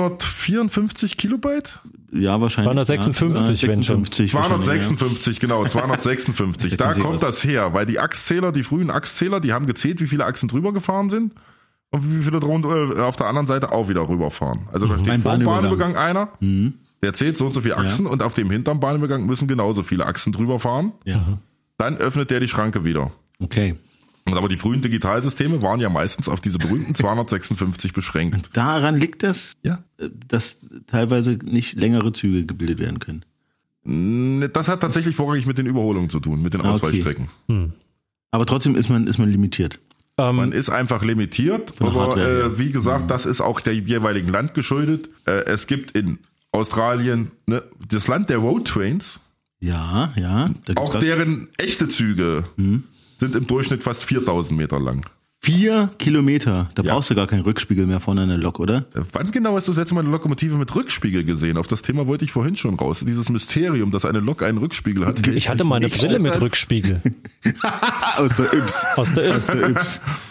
[SPEAKER 3] 254 Kilobyte?
[SPEAKER 2] Ja, wahrscheinlich.
[SPEAKER 1] 256, wenn schon.
[SPEAKER 3] 256, genau, 256. Da kommt das her, weil die Achszähler, die frühen Achszähler, die haben gezählt, wie viele Achsen drüber gefahren sind und wie viele auf der anderen Seite auch wieder rüberfahren. Also da steht vor dem Bahnübergang einer, der zählt so und so viele Achsen und auf dem hinteren Bahnübergang müssen genauso viele Achsen drüber fahren.
[SPEAKER 2] Ja.
[SPEAKER 3] Dann öffnet der die Schranke wieder.
[SPEAKER 2] Okay.
[SPEAKER 3] Aber die frühen Digitalsysteme waren ja meistens auf diese berühmten 256 beschränkt.
[SPEAKER 2] Daran liegt das, dass teilweise nicht längere Züge gebildet werden können.
[SPEAKER 3] Das hat tatsächlich vorrangig mit den Überholungen zu tun, mit den Ausfallstrecken.
[SPEAKER 2] Aber trotzdem ist man limitiert.
[SPEAKER 3] Man ist einfach limitiert, aber wie gesagt, das ist auch der jeweiligen Land geschuldet. Es gibt in Australien das Land der Roadtrains.
[SPEAKER 2] Ja.
[SPEAKER 3] Auch deren echte Züge sind im Durchschnitt fast 4000 Meter lang.
[SPEAKER 2] 4 Kilometer, da brauchst du gar keinen Rückspiegel mehr vorne an der Lok, oder?
[SPEAKER 3] Wann genau hast du das letzte Mal eine Lokomotive mit Rückspiegel gesehen? Auf das Thema wollte ich vorhin schon raus. Dieses Mysterium, dass eine Lok einen Rückspiegel hat.
[SPEAKER 1] Ich hatte mal eine Brille mit Rückspiegel.
[SPEAKER 2] Aus der Yps.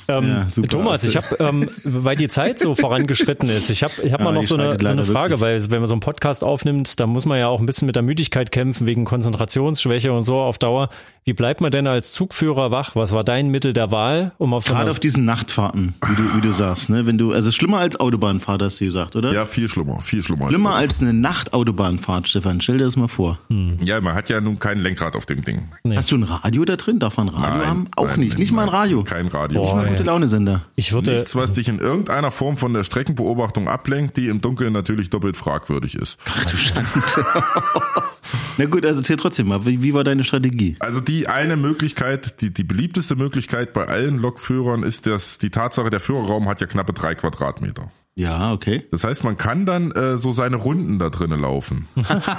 [SPEAKER 2] super.
[SPEAKER 1] Thomas, ich habe, weil die Zeit so vorangeschritten ist, ich hab mal noch so eine Frage, weil wenn man so einen Podcast aufnimmt, da muss man ja auch ein bisschen mit der Müdigkeit kämpfen, wegen Konzentrationsschwäche und so auf Dauer. Wie bleibt man denn als Zugführer wach? Was war dein Mittel der Wahl?
[SPEAKER 2] Gerade auf diesen Nachtfahrten, wie du sagst, ne? Also schlimmer als Autobahnfahrt, hast du gesagt, oder?
[SPEAKER 3] Ja, viel schlimmer.
[SPEAKER 2] Schlimmer als eine Nachtautobahnfahrt, Stefan, stell dir das mal vor.
[SPEAKER 3] Ja, man hat ja nun kein Lenkrad auf dem Ding.
[SPEAKER 1] Nee.
[SPEAKER 2] Hast du ein Radio da drin? Darf man ein Radio haben? Auch nicht mal ein Radio.
[SPEAKER 3] Kein Radio.
[SPEAKER 2] Nicht mal ein Gute-Laune-Sender.
[SPEAKER 3] Nichts, was dich in irgendeiner Form von der Streckenbeobachtung ablenkt, die im Dunkeln natürlich doppelt fragwürdig ist.
[SPEAKER 2] Ach du Schande. Na gut, also erzähl trotzdem mal, wie war deine Strategie?
[SPEAKER 3] Also die eine Möglichkeit, die beliebteste Möglichkeit bei allen Lokführern ist die Tatsache, der Führerraum hat ja knappe 3 Quadratmeter.
[SPEAKER 2] Ja, okay.
[SPEAKER 3] Das heißt, man kann dann so seine Runden da drinnen laufen.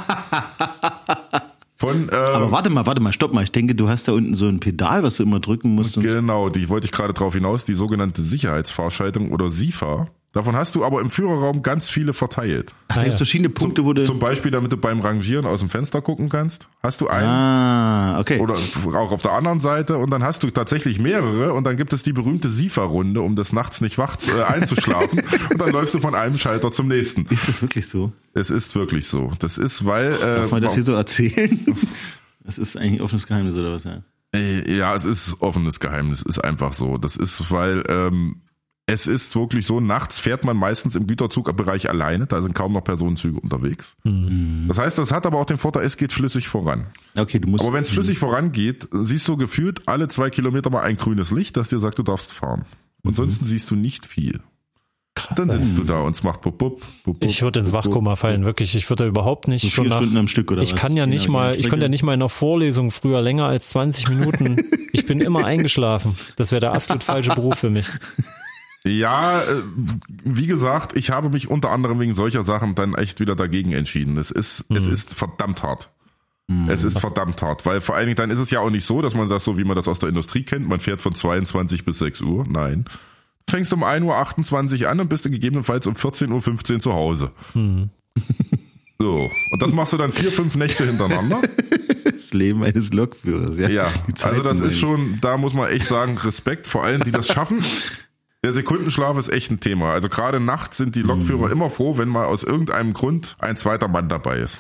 [SPEAKER 2] Aber warte mal, stopp mal. Ich denke, du hast da unten so ein Pedal, was du immer drücken musst.
[SPEAKER 3] Genau, die wollte ich gerade drauf hinaus, die sogenannte Sicherheitsfahrschaltung oder SIFA. Davon hast du aber im Führerraum ganz viele verteilt.
[SPEAKER 2] Ach, da gibt es verschiedene Punkte, wo du...
[SPEAKER 3] Zum Beispiel, damit du beim Rangieren aus dem Fenster gucken kannst, hast du einen.
[SPEAKER 2] Ah, okay.
[SPEAKER 3] Oder auch auf der anderen Seite und dann hast du tatsächlich mehrere und dann gibt es die berühmte SIFA-Runde, um des Nachts nicht wach einzuschlafen und dann läufst du von einem Schalter zum nächsten.
[SPEAKER 2] Ist das wirklich so?
[SPEAKER 3] Es ist wirklich so. Das ist, weil...
[SPEAKER 2] Darf man das hier so erzählen? Das ist eigentlich ein offenes Geheimnis oder was?
[SPEAKER 3] Ja, es ist offenes Geheimnis, ist einfach so. Das ist, weil... Es ist wirklich so, nachts fährt man meistens im Güterzugbereich alleine, da sind kaum noch Personenzüge unterwegs. Das heißt, das hat aber auch den Vorteil, es geht flüssig voran.
[SPEAKER 2] Okay, du musst.
[SPEAKER 3] Aber wenn es flüssig vorangeht, siehst du gefühlt alle 2 Kilometer mal ein grünes Licht, das dir sagt, du darfst fahren. Ansonsten siehst du nicht viel. Krass, dann sitzt du da und es macht bup, bup, bup,
[SPEAKER 1] ich würde ins Wachkoma fallen, wirklich. Ich würde da überhaupt nicht.
[SPEAKER 2] So 4 Stunden am Stück oder was?
[SPEAKER 1] Ich konnte ja nicht mal in einer Vorlesung früher länger als 20 Minuten. Ich bin immer eingeschlafen. Das wäre der absolut falsche Beruf für mich.
[SPEAKER 3] Ja, wie gesagt, ich habe mich unter anderem wegen solcher Sachen dann echt wieder dagegen entschieden. Es ist verdammt hart. Es ist verdammt hart, weil vor allen Dingen dann ist es ja auch nicht so, dass man das so, wie man das aus der Industrie kennt, man fährt von 22 bis 6 Uhr. Nein. Du fängst um 1.28 Uhr an und bist du gegebenenfalls um 14.15 Uhr zu Hause. So. Und das machst du dann 4-5 Nächte hintereinander.
[SPEAKER 2] Das Leben eines Lokführers, ja.
[SPEAKER 3] Ja, also das ist schon, da muss man echt sagen, Respekt vor allen, die das schaffen. Der Sekundenschlaf ist echt ein Thema. Also gerade nachts sind die Lokführer immer froh, wenn mal aus irgendeinem Grund ein zweiter Mann dabei ist.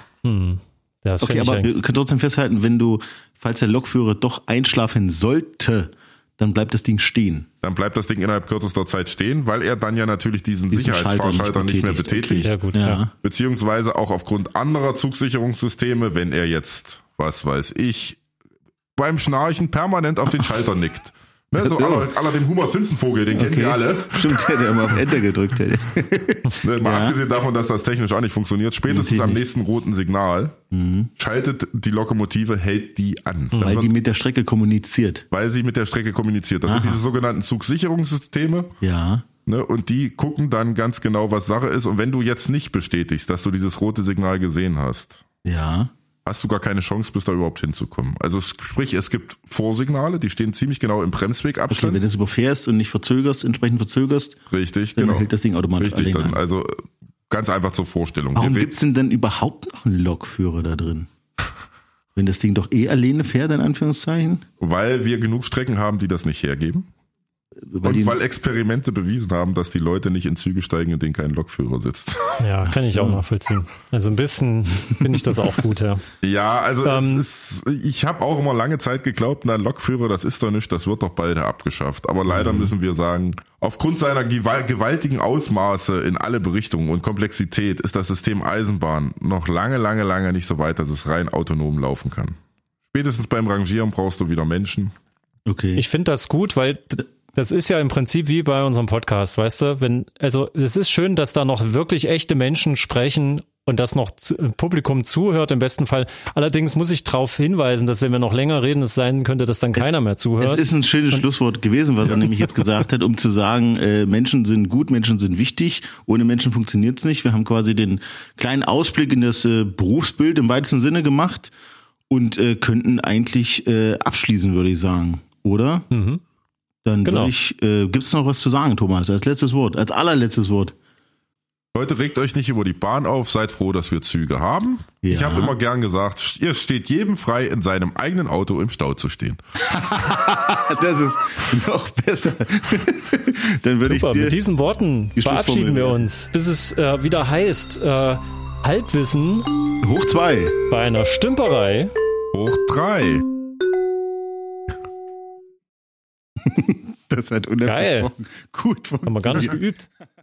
[SPEAKER 1] Das
[SPEAKER 2] okay, aber wir können trotzdem festhalten, falls der Lokführer doch einschlafen sollte, dann bleibt das Ding stehen.
[SPEAKER 3] Dann bleibt das Ding innerhalb kürzester Zeit stehen, weil er dann ja natürlich diesen Sicherheitsfahrschalter nicht mehr betätigt.
[SPEAKER 1] Okay. Ja, gut, ja.
[SPEAKER 3] Beziehungsweise auch aufgrund anderer Zugsicherungssysteme, wenn er jetzt, was weiß ich, beim Schnarchen permanent auf den Schalter nickt. Ne, so aller den Homer Simpson-Vogel, den kennen wir alle.
[SPEAKER 2] Stimmt, der immer auf Enter gedrückt hätte.
[SPEAKER 3] Mal abgesehen davon, dass das technisch auch nicht funktioniert, spätestens am nächsten roten Signal schaltet die Lokomotive, hält die an.
[SPEAKER 2] Weil die mit der Strecke kommuniziert.
[SPEAKER 3] Weil sie mit der Strecke kommuniziert. Das sind diese sogenannten Zugsicherungssysteme.
[SPEAKER 2] Ja.
[SPEAKER 3] Ne, und die gucken dann ganz genau, was Sache ist. Und wenn du jetzt nicht bestätigst, dass du dieses rote Signal gesehen hast, hast du gar keine Chance, bis da überhaupt hinzukommen. Also sprich, es gibt Vorsignale, die stehen ziemlich genau im Bremswegabstand.
[SPEAKER 2] Okay, wenn du es überfährst und nicht entsprechend verzögerst,
[SPEAKER 3] richtig,
[SPEAKER 2] dann
[SPEAKER 3] genau.
[SPEAKER 2] hält das Ding automatisch
[SPEAKER 3] richtig,
[SPEAKER 2] alleine
[SPEAKER 3] dann,
[SPEAKER 2] an.
[SPEAKER 3] Also ganz einfach zur Vorstellung.
[SPEAKER 2] Warum gibt's denn überhaupt noch einen Lokführer da drin? Wenn das Ding doch alleine fährt, in Anführungszeichen?
[SPEAKER 3] Weil wir genug Strecken haben, die das nicht hergeben. Weil Experimente bewiesen haben, dass die Leute nicht in Züge steigen, in denen kein Lokführer sitzt.
[SPEAKER 1] Ja, kann ich auch nachvollziehen. Also ein bisschen finde ich das auch gut, ja.
[SPEAKER 3] Ja, also ich habe auch immer lange Zeit geglaubt, na, Lokführer, das ist doch nicht, das wird doch bald abgeschafft. Aber leider müssen wir sagen, aufgrund seiner gewaltigen Ausmaße in alle Berichtungen und Komplexität ist das System Eisenbahn noch lange nicht so weit, dass es rein autonom laufen kann. Spätestens beim Rangieren brauchst du wieder Menschen.
[SPEAKER 2] Okay.
[SPEAKER 1] Ich finde das gut, weil das ist ja im Prinzip wie bei unserem Podcast, weißt du? Es ist schön, dass da noch wirklich echte Menschen sprechen und dass noch Publikum zuhört im besten Fall. Allerdings muss ich darauf hinweisen, dass wenn wir noch länger reden, es sein könnte, dass dann keiner mehr zuhört.
[SPEAKER 2] Es ist ein schönes Schlusswort gewesen, was er nämlich jetzt gesagt hat, um zu sagen, Menschen sind gut, Menschen sind wichtig. Ohne Menschen funktioniert's nicht. Wir haben quasi den kleinen Ausblick in das Berufsbild im weitesten Sinne gemacht und könnten eigentlich abschließen, würde ich sagen. Oder?
[SPEAKER 1] Mhm.
[SPEAKER 2] Dann gibt's noch was zu sagen, Thomas, als letztes Wort, als allerletztes Wort.
[SPEAKER 3] Leute, regt euch nicht über die Bahn auf, seid froh, dass wir Züge haben.
[SPEAKER 2] Ja.
[SPEAKER 3] Ich habe immer gern gesagt, ihr steht jedem frei, in seinem eigenen Auto im Stau zu stehen.
[SPEAKER 2] Das ist noch besser. Dann würde ich dir
[SPEAKER 1] mit diesen Worten verabschieden wir uns, bis es wieder heißt, Halbwissen
[SPEAKER 2] hoch 2
[SPEAKER 1] bei einer Stümperei
[SPEAKER 3] hoch 3.
[SPEAKER 2] Das hat unabgesprochen gut funktioniert.
[SPEAKER 1] Haben wir gar nicht geübt.